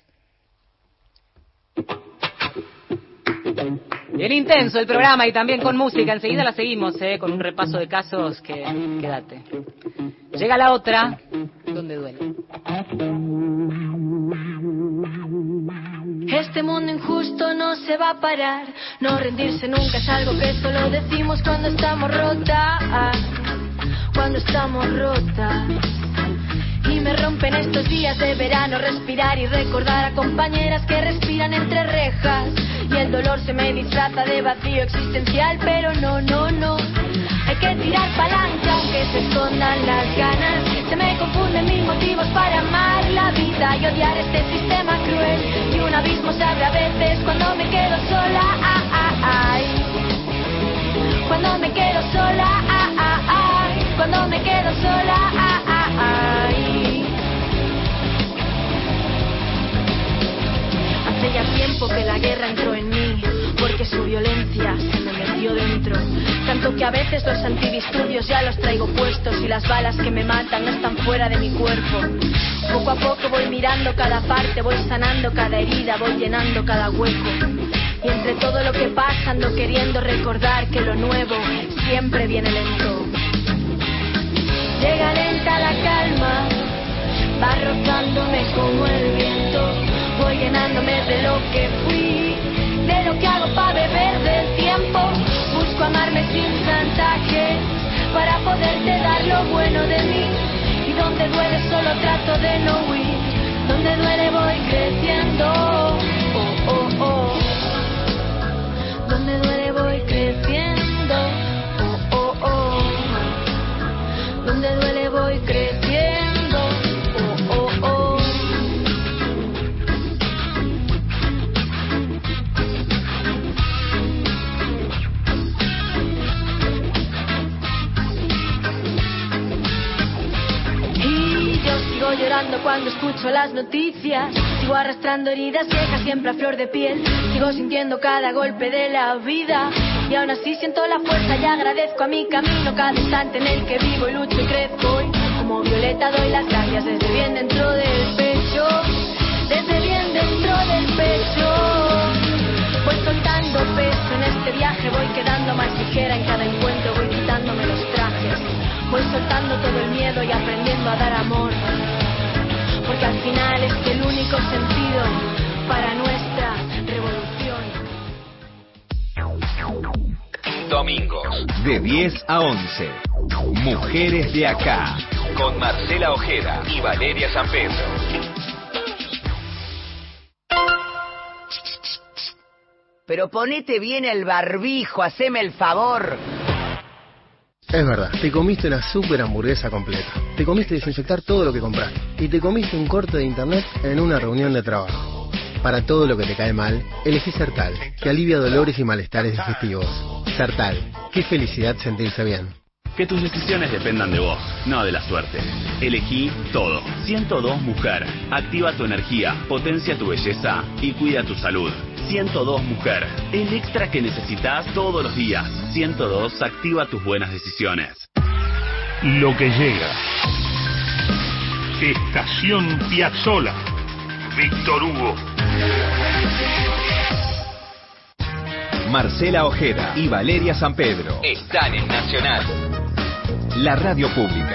Bien intenso el programa y también con música. Enseguida la seguimos, ¿eh? Con un repaso de casos que... Quédate. Llega la otra, donde duele. Este mundo injusto no se va a parar. No rendirse nunca es algo que solo decimos cuando estamos rotas. Cuando estamos rotas. Y me rompen estos días de verano respirar y recordar a compañeras que respiran entre rejas. Y el dolor se me disfraza de vacío existencial, pero no, no, no. Hay que tirar pa'lante aunque se escondan las ganas. Se me confunden mis motivos para amar la vida y odiar este sistema cruel. Y un abismo se abre a veces cuando me quedo sola. Ah, ah, ay. Cuando me quedo sola. Ah, ah, ay. Cuando me quedo sola. Ah, ah, ay. Hace ya tiempo que la guerra entró en mí, porque su violencia se me metió dentro. Tanto que a veces los antidisturbios ya los traigo puestos y las balas que me matan no están fuera de mi cuerpo. Poco a poco voy mirando cada parte, voy sanando cada herida, voy llenando cada hueco. Y entre todo lo que pasa ando queriendo recordar que lo nuevo siempre viene lento. Llega lenta la calma, va rozándome como el viento. Voy llenándome de lo que fui, de lo que hago para beber del tiempo. Busco amarme sin chantajes para poderte dar lo bueno de mí. Y donde duele solo trato de no huir, donde duele voy creciendo. Oh, oh, oh. Donde duele voy creciendo. Oh, oh, oh. Donde duele voy creciendo. Oh, oh, oh. Sigo llorando cuando escucho las noticias. Sigo arrastrando heridas viejas siempre a flor de piel. Sigo sintiendo cada golpe de la vida. Y aún así siento la fuerza y agradezco a mi camino cada instante en el que vivo y lucho y crezco. Y como Violeta doy las gracias desde bien dentro del pecho. Desde bien dentro del pecho. Voy soltando peso en este viaje. Voy quedando más ligera en cada encuentro. Voy quitándome los trajes. Voy soltando todo el miedo y aprendiendo a dar amor. Porque al final es el único sentido para nuestra revolución. Domingos, de diez a once. Mujeres de Acá. Con Marcela Ojeda y Valeria San Pedro. Pero ponete bien el barbijo, haceme el favor. Es verdad, te comiste una super hamburguesa completa. Te comiste desinfectar todo lo que compraste. Y te comiste un corte de internet en una reunión de trabajo. Para todo lo que te cae mal, elegí Sertal, que alivia dolores y malestares digestivos. Sertal, qué felicidad sentirse bien. Que tus decisiones dependan de vos, no de la suerte. Elegí todo. ciento dos Mujer. Activa tu energía, potencia tu belleza y cuida tu salud. ciento dos Mujer. El extra que necesitas todos los días. ciento dos activa tus buenas decisiones. Lo que llega. Estación Piazzolla. Víctor Hugo. Marcela Ojeda y Valeria Sampedro están en Nacional, la radio pública.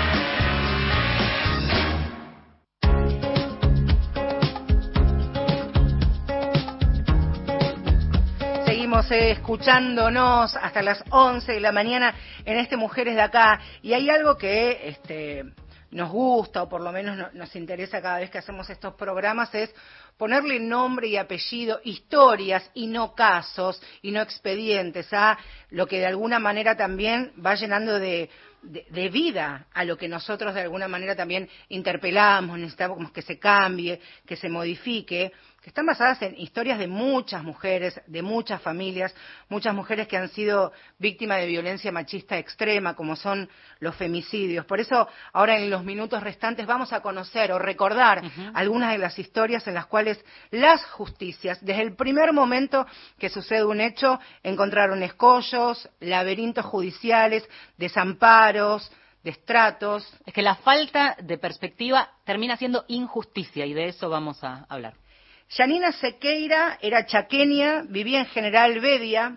Seguimos eh, escuchándonos hasta las once de la mañana en este Mujeres de Acá. Y hay algo que este, nos gusta, o por lo menos no, nos interesa cada vez que hacemos estos programas, es ponerle nombre y apellido, historias y no casos y no expedientes a lo que de alguna manera también va llenando de, de, de vida a lo que nosotros de alguna manera también interpelamos, necesitamos que se cambie, que se modifique, que están basadas en historias de muchas mujeres, de muchas familias, muchas mujeres que han sido víctimas de violencia machista extrema, como son los femicidios. Por eso, ahora en los minutos restantes vamos a conocer o recordar uh-huh. algunas de las historias en las cuales las justicias, desde el primer momento que sucede un hecho, encontraron escollos, laberintos judiciales, desamparos, destratos. Es que la falta de perspectiva termina siendo injusticia, y de eso vamos a hablar. Yanina Sequeira era chaqueña, vivía en General Bedia,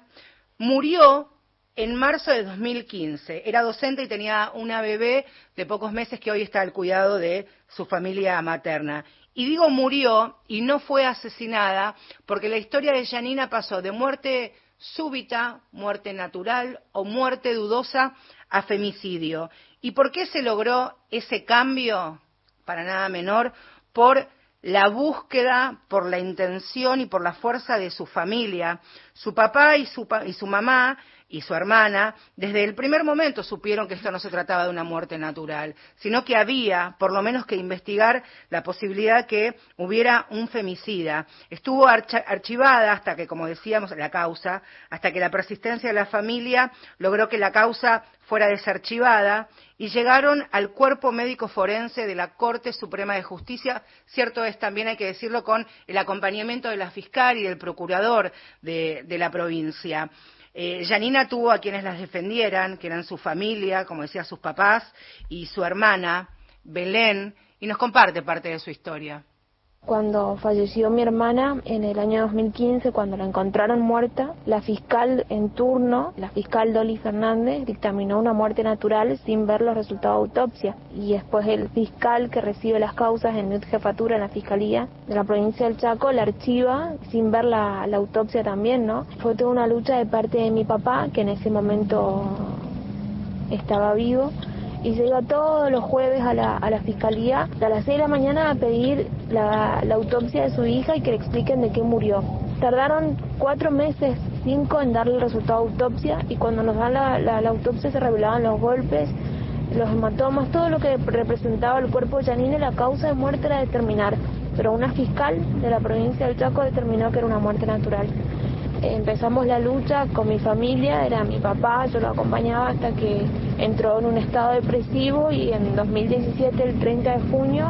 murió en marzo de dos mil quince. Era docente y tenía una bebé de pocos meses que hoy está al cuidado de su familia materna. Y digo murió y no fue asesinada porque la historia de Yanina pasó de muerte súbita, muerte natural o muerte dudosa a femicidio. ¿Y por qué se logró ese cambio? Para nada menor, por la búsqueda, por la intención y por la fuerza de su familia. Su papá y su, y su mamá y su hermana, desde el primer momento supieron que esto no se trataba de una muerte natural, sino que había, por lo menos, que investigar la posibilidad que hubiera un femicida. Estuvo arch- archivada hasta que, como decíamos, la causa, hasta que la persistencia de la familia logró que la causa fuera desarchivada y llegaron al cuerpo médico forense de la Corte Suprema de Justicia, cierto es, también hay que decirlo, con el acompañamiento de la fiscal y del procurador de, de la provincia. Eh, Yanina tuvo a quienes las defendieran, que eran su familia, como decía, sus papás, y su hermana, Belén, y nos comparte parte de su historia. Cuando falleció mi hermana en el año dos mil quince, cuando la encontraron muerta, la fiscal en turno, la fiscal Dolly Fernández, dictaminó una muerte natural sin ver los resultados de autopsia. Y después el fiscal que recibe las causas en jefatura en la Fiscalía de la provincia del Chaco la archiva sin ver la, la autopsia también, ¿no? Fue toda una lucha de parte de mi papá, que en ese momento estaba vivo, y se iba todos los jueves a la, a la fiscalía a las seis de la mañana a pedir la, la autopsia de su hija y que le expliquen de qué murió. Tardaron cuatro meses, cinco, en darle el resultado de autopsia, y cuando nos dan la, la, la autopsia se revelaban los golpes, los hematomas, todo lo que representaba el cuerpo de Yanina. La causa de muerte era determinar, pero una fiscal de la provincia del Chaco determinó que era una muerte natural. Empezamos la lucha con mi familia, era mi papá, yo lo acompañaba hasta que entró en un estado depresivo y en dos mil diecisiete, el treinta de junio,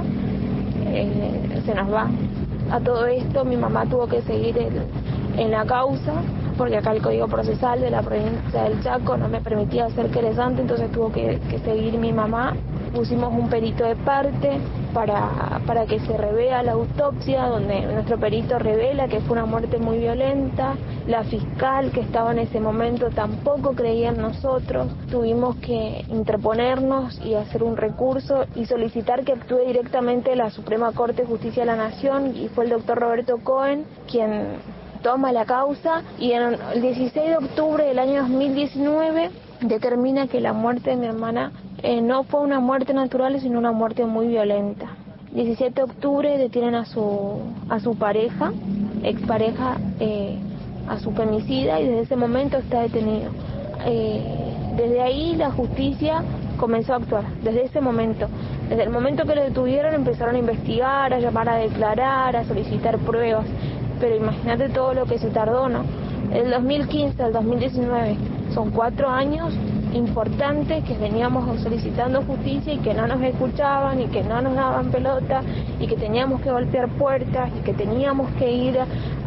eh, se nos va. A todo esto mi mamá tuvo que seguir el, en la causa, porque acá el Código Procesal de la provincia del Chaco no me permitía ser querellante, entonces tuvo que, que seguir mi mamá. Pusimos un perito de parte para, para que se revea la autopsia, donde nuestro perito revela que fue una muerte muy violenta. La fiscal que estaba en ese momento tampoco creía en nosotros. Tuvimos que interponernos y hacer un recurso y solicitar que actúe directamente la Suprema Corte de Justicia de la Nación, y fue el doctor Roberto Cohen quien toma la causa, y en el dieciséis de octubre del año dos mil diecinueve determina que la muerte de mi hermana eh, no fue una muerte natural, sino una muerte muy violenta. diecisiete de octubre detienen a su a su pareja, expareja, eh, a su femicida, y desde ese momento está detenido. Eh, desde ahí la justicia comenzó a actuar, desde ese momento. Desde el momento que lo detuvieron empezaron a investigar, a llamar a declarar, a solicitar pruebas. Pero imagínate todo lo que se tardó, ¿no? Del dos mil quince al dos mil diecinueve son cuatro años importantes que veníamos solicitando justicia y que no nos escuchaban y que no nos daban pelota y que teníamos que golpear puertas y que teníamos que ir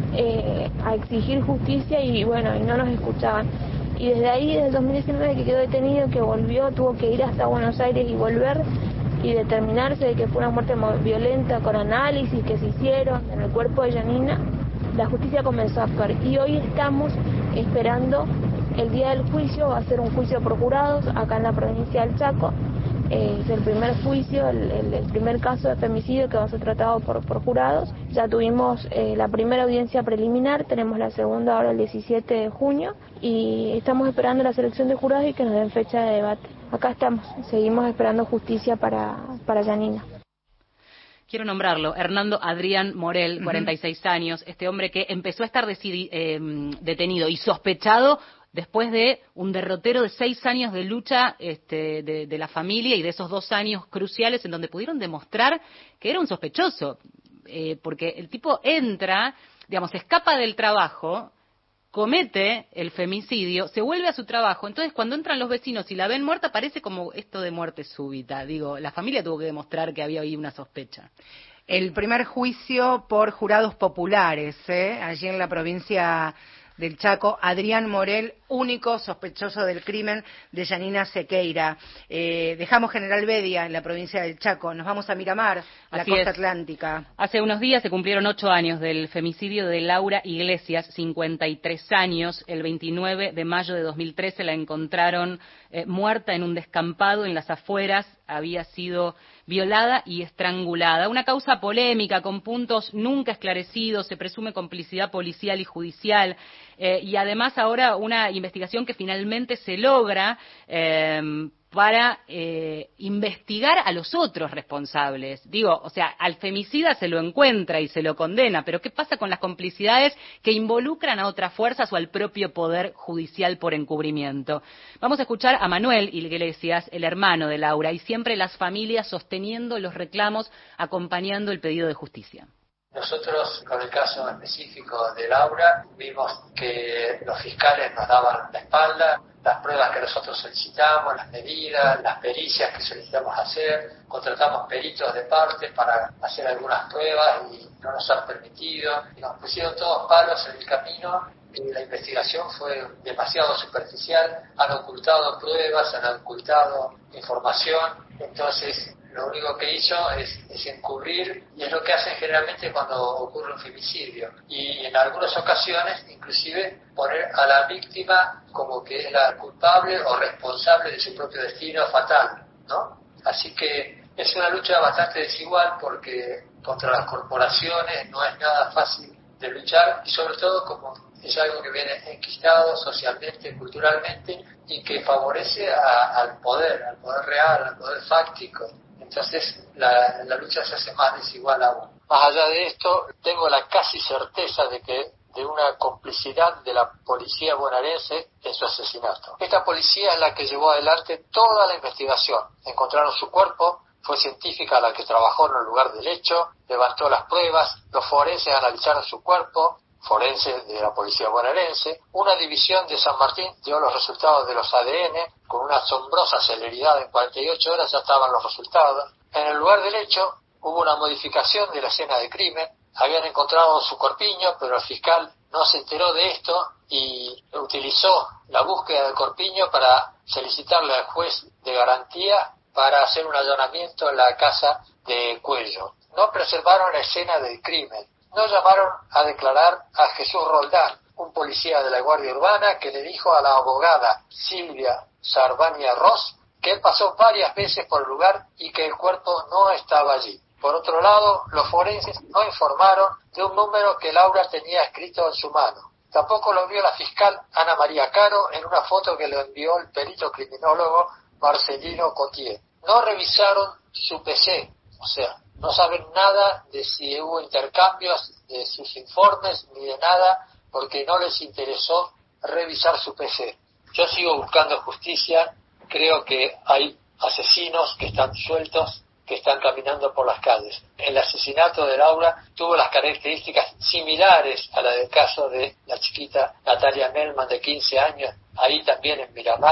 eh, a exigir justicia y bueno, y no nos escuchaban. Y desde ahí, desde el dos mil diecinueve que quedó detenido, que volvió, tuvo que ir hasta Buenos Aires y volver y determinarse de que fue una muerte violenta con análisis que se hicieron en el cuerpo de Yanina, la justicia comenzó a actuar y hoy estamos esperando el día del juicio. Va a ser un juicio por jurados acá en la provincia del Chaco. Eh, es el primer juicio, el, el, el primer caso de femicidio que va a ser tratado por, por jurados. Ya tuvimos eh, la primera audiencia preliminar, tenemos la segunda ahora el diecisiete de junio y estamos esperando la selección de jurados y que nos den fecha de debate. Acá estamos, seguimos esperando justicia para, para Yanina. Quiero nombrarlo, Hernando Adrián Morel, cuarenta y seis uh-huh. años, este hombre que empezó a estar decidi- eh, detenido y sospechado después de un derrotero de seis años de lucha este, de, de la familia y de esos dos años cruciales en donde pudieron demostrar que era un sospechoso, eh, porque el tipo entra, digamos, escapa del trabajo, comete el femicidio, se vuelve a su trabajo, entonces cuando entran los vecinos y la ven muerta parece como esto de muerte súbita, digo, la familia tuvo que demostrar que había ahí una sospecha. El primer juicio por jurados populares, ¿eh? Allí en la provincia del Chaco, Adrián Morel, único sospechoso del crimen de Yanina Sequeira. Eh, dejamos General Bedia en la provincia del Chaco, nos vamos a Miramar, la Así costa es. atlántica. Hace unos días se cumplieron ocho años del femicidio de Laura Iglesias, cincuenta y tres años. El veintinueve de mayo de dos mil trece la encontraron eh, muerta en un descampado en las afueras. Había sido violada y estrangulada. Una causa polémica con puntos nunca esclarecidos, se presume complicidad policial y judicial, eh, y además ahora una investigación que finalmente se logra eh, para eh, investigar a los otros responsables. Digo, o sea, al femicida se lo encuentra y se lo condena, pero ¿qué pasa con las complicidades que involucran a otras fuerzas o al propio poder judicial por encubrimiento? Vamos a escuchar a Manuel Iglesias, el hermano de Laura, y siempre las familias sosteniendo los reclamos, acompañando el pedido de justicia. Nosotros, con el caso específico de Laura, vimos que los fiscales nos daban la espalda, las pruebas que nosotros solicitamos, las medidas, las pericias que solicitamos hacer, contratamos peritos de parte para hacer algunas pruebas y no nos han permitido, y nos pusieron todos palos en el camino. Y la investigación fue demasiado superficial, han ocultado pruebas, han ocultado información, entonces lo único que hizo es, es encubrir, y es lo que hacen generalmente cuando ocurre un femicidio, y en algunas ocasiones inclusive poner a la víctima como que es la culpable o responsable de su propio destino fatal, ¿no? Así que es una lucha bastante desigual porque contra las corporaciones no es nada fácil de luchar, y sobre todo como es algo que viene enquistado socialmente, culturalmente, y que favorece a, al poder, al poder real, al poder fáctico. Entonces la, la lucha se hace más desigual aún. Más allá de esto, tengo la casi certeza de que de una complicidad de la policía bonaerense en su asesinato. Esta policía es la que llevó adelante toda la investigación. Encontraron su cuerpo, fue científica la que trabajó en el lugar del hecho, levantó las pruebas, los forenses analizaron su cuerpo, forense de la policía bonaerense, una división de San Martín dio los resultados de los A D N, con una asombrosa celeridad, en cuarenta y ocho horas ya estaban los resultados. En el lugar del hecho hubo una modificación de la escena de crimen, habían encontrado su corpiño, pero el fiscal no se enteró de esto y utilizó la búsqueda del corpiño para solicitarle al juez de garantía para hacer un allanamiento en la casa de Cuello. No preservaron la escena del crimen. No llamaron a declarar a Jesús Roldán, un policía de la Guardia Urbana que le dijo a la abogada Silvia Sarbania Ross que él pasó varias veces por el lugar y que el cuerpo no estaba allí. Por otro lado, los forenses no informaron de un número que Laura tenía escrito en su mano. Tampoco lo vio la fiscal Ana María Caro en una foto que le envió el perito criminólogo Marcelino Cotier. No revisaron su P C, o sea, no saben nada de si hubo intercambios de sus informes ni de nada porque no les interesó revisar su P C. Yo sigo buscando justicia, creo que hay asesinos que están sueltos, que están caminando por las calles. El asesinato de Laura tuvo las características similares a la del caso de la chiquita Natalia Melman de quince años, ahí también en Miramar,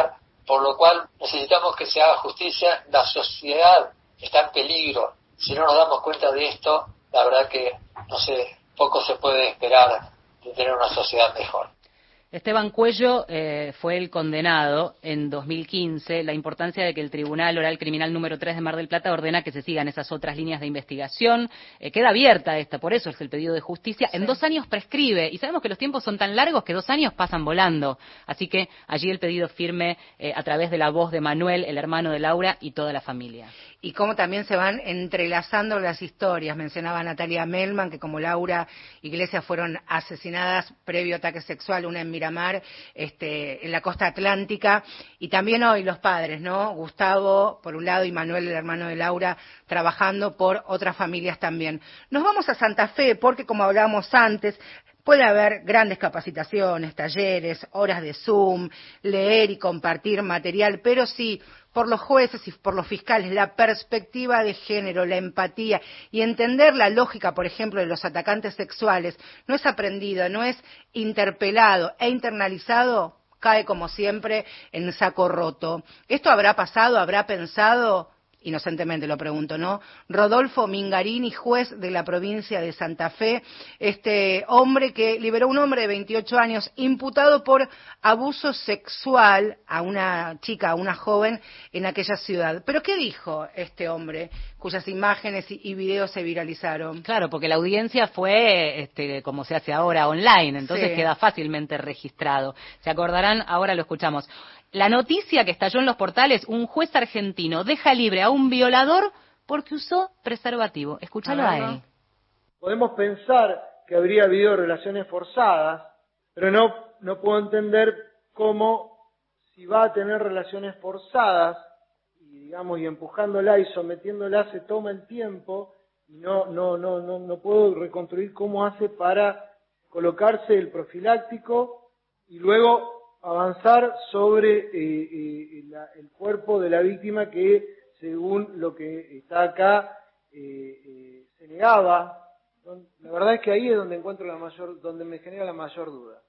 por lo cual necesitamos que se haga justicia. La sociedad está en peligro. Si no nos damos cuenta de esto, la verdad que, no sé, poco se puede esperar de tener una sociedad mejor. Esteban Cuello eh, fue el condenado en dos mil quince. La importancia de que el Tribunal Oral Criminal número tres de Mar del Plata ordena que se sigan esas otras líneas de investigación. Eh, queda abierta esta, por eso es el pedido de justicia. Sí. En dos años prescribe, y sabemos que los tiempos son tan largos que dos años pasan volando. Así que allí el pedido firme eh, a través de la voz de Manuel, el hermano de Laura, y toda la familia. Y cómo también se van entrelazando las historias. Mencionaba Natalia Melman que como Laura Iglesias fueron asesinadas previo ataque sexual, una en Miramar, este, en la costa atlántica, y también hoy los padres, ¿no? Gustavo, por un lado, y Manuel, el hermano de Laura, trabajando por otras familias también. Nos vamos a Santa Fe, porque como hablábamos antes, puede haber grandes capacitaciones, talleres, horas de Zoom, leer y compartir material, pero sí, por los jueces y por los fiscales, la perspectiva de género, la empatía y entender la lógica, por ejemplo, de los atacantes sexuales, no es aprendido, no es interpelado e internalizado, cae como siempre en saco roto. ¿Esto habrá pasado, habrá pensado? Inocentemente lo pregunto, ¿no? Rodolfo Mingarini, juez de la provincia de Santa Fe, este hombre que liberó a un hombre de veintiocho años imputado por abuso sexual a una chica, a una joven en aquella ciudad. ¿Pero qué dijo este hombre, cuyas imágenes y videos se viralizaron? Claro, porque la audiencia fue, este, como se hace ahora, online, entonces sí, queda fácilmente registrado. Se acordarán, ahora lo escuchamos. La noticia que estalló en los portales: un juez argentino deja libre a un violador porque usó preservativo. Escúchalo a, a él. Podemos pensar que habría habido relaciones forzadas, pero no, no puedo entender cómo, si va a tener relaciones forzadas, y digamos, y empujándola y sometiéndola, se toma el tiempo, y no, no, no, no, no puedo reconstruir cómo hace para colocarse el profiláctico y luego avanzar sobre eh, eh, la, el cuerpo de la víctima que, según lo que está acá, eh, eh, se negaba. La verdad es que ahí es donde encuentro la mayor, donde me genera la mayor duda.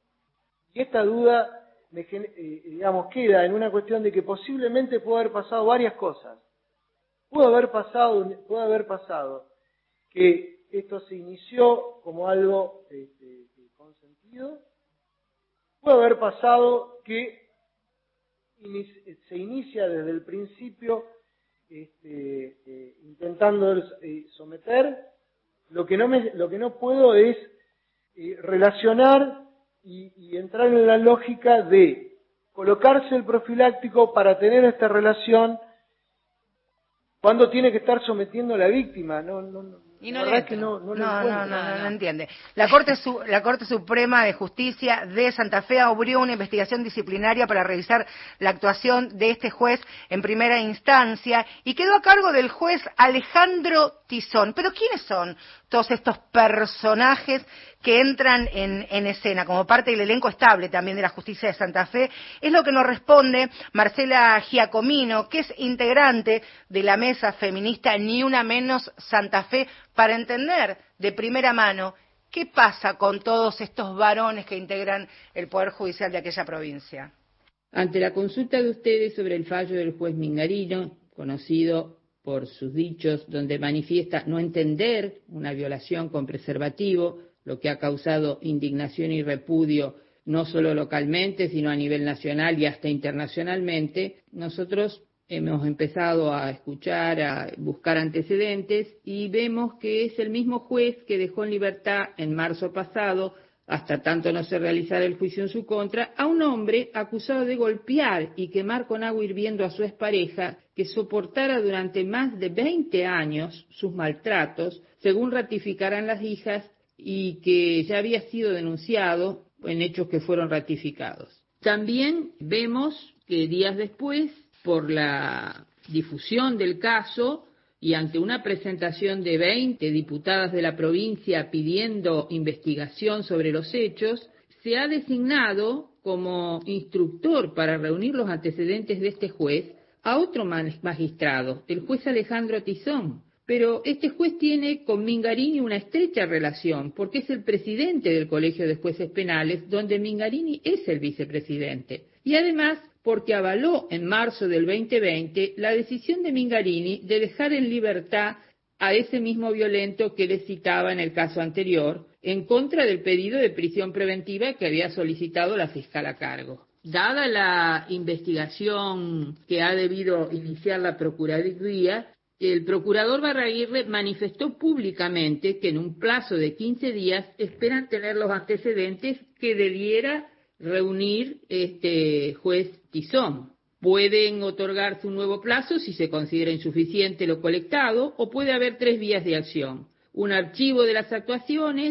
Y esta duda, me, eh, digamos, queda en una cuestión de que posiblemente puede haber pasado varias cosas. Puede haber pasado, puede haber pasado que esto se inició como algo este, consentido. Puede haber pasado que se inicia desde el principio este, eh, intentando eh, someter. Lo que no me, lo que no puedo es eh, relacionar y, y entrar en la lógica de colocarse el profiláctico para tener esta relación cuando tiene que estar sometiendo a la víctima. No, no, no. Y no, le que no, no, no, no, no, no, no entiende. La Corte, Su, la Corte Suprema de Justicia de Santa Fe abrió una investigación disciplinaria para revisar la actuación de este juez en primera instancia y quedó a cargo del juez Alejandro Tizón. ¿Pero quiénes son todos estos personajes que entran en, en escena como parte del elenco estable también de la justicia de Santa Fe? Es lo que nos responde Marcela Giacomino, que es integrante de la mesa feminista Ni Una Menos Santa Fe, para entender de primera mano qué pasa con todos estos varones que integran el Poder Judicial de aquella provincia. Ante la consulta de ustedes sobre el fallo del juez Mingarino, conocido por sus dichos, donde manifiesta no entender una violación con preservativo, lo que ha causado indignación y repudio no solo localmente, sino a nivel nacional y hasta internacionalmente, nosotros hemos empezado a escuchar, a buscar antecedentes y vemos que es el mismo juez que dejó en libertad en marzo pasado, hasta tanto no se realizara el juicio en su contra, a un hombre acusado de golpear y quemar con agua hirviendo a su expareja, que soportara durante más de veinte años sus maltratos, según ratificarán las hijas, y que ya había sido denunciado en hechos que fueron ratificados. También vemos que días después, por la difusión del caso y ante una presentación de veinte diputadas de la provincia pidiendo investigación sobre los hechos, se ha designado como instructor para reunir los antecedentes de este juez a otro magistrado, el juez Alejandro Tizón, Pero este juez tiene con Mingarini una estrecha relación, porque es el presidente del Colegio de Jueces Penales, donde Mingarini es el vicepresidente. Y además, porque avaló en marzo del veinte veinte la decisión de Mingarini de dejar en libertad a ese mismo violento que le citaba en el caso anterior, en contra del pedido de prisión preventiva que había solicitado la fiscal a cargo. Dada la investigación que ha debido iniciar la Procuraduría, el procurador Barraguirre manifestó públicamente que en un plazo de quince días esperan tener los antecedentes que debiera reunir este juez Tizón. Pueden otorgarse un nuevo plazo si se considera insuficiente lo colectado, o puede haber tres vías de acción: un archivo de las actuaciones,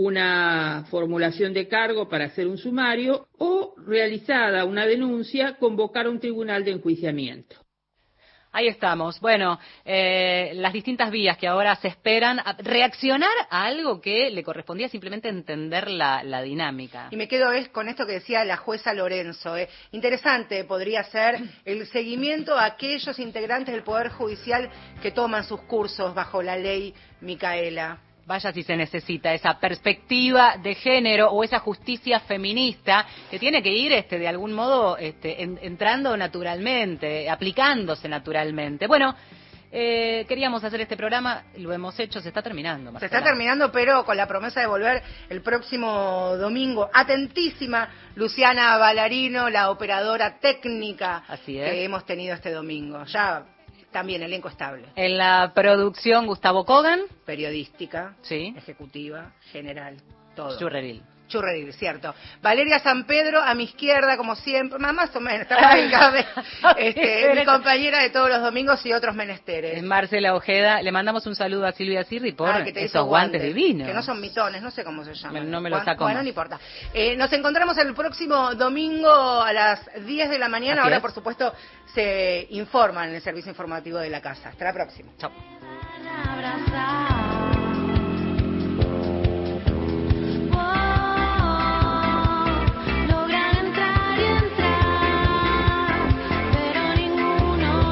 una formulación de cargo para hacer un sumario, o, realizada una denuncia, convocar a un tribunal de enjuiciamiento. Ahí estamos. Bueno, eh, las distintas vías que ahora se esperan, a reaccionar a algo que le correspondía simplemente entender la, la dinámica. Y me quedo es con esto que decía la jueza Lorenzo. Eh. Interesante podría ser el seguimiento a aquellos integrantes del Poder Judicial que toman sus cursos bajo la ley Micaela. Vaya si se necesita esa perspectiva de género o esa justicia feminista que tiene que ir este de algún modo este, en, entrando naturalmente, aplicándose naturalmente. Bueno, eh, queríamos hacer este programa, lo hemos hecho, se está terminando, Marcela. Se está terminando, pero con la promesa de volver el próximo domingo. Atentísima Luciana Ballarino, la operadora técnica Así es. que hemos tenido este domingo. Ya también elenco estable. En la producción, Gustavo Kogan. Periodística, sí. Ejecutiva, general, todo. Churreril. Churreril, cierto. Valeria San Pedro, a mi izquierda, como siempre, más o menos, está este, mi compañera de todos los domingos y otros menesteres. Es Marcela Ojeda. Le mandamos un saludo a Silvia Sirri por ah, que te esos guantes, guantes divinos. Que no son mitones, no sé cómo se llaman. No me lo saco Bueno, más. no importa. Eh, nos encontramos el próximo domingo a las diez de la mañana. Así Ahora, es. por supuesto, se informan en el servicio informativo de la casa. Hasta la próxima. Chao. Abrazar.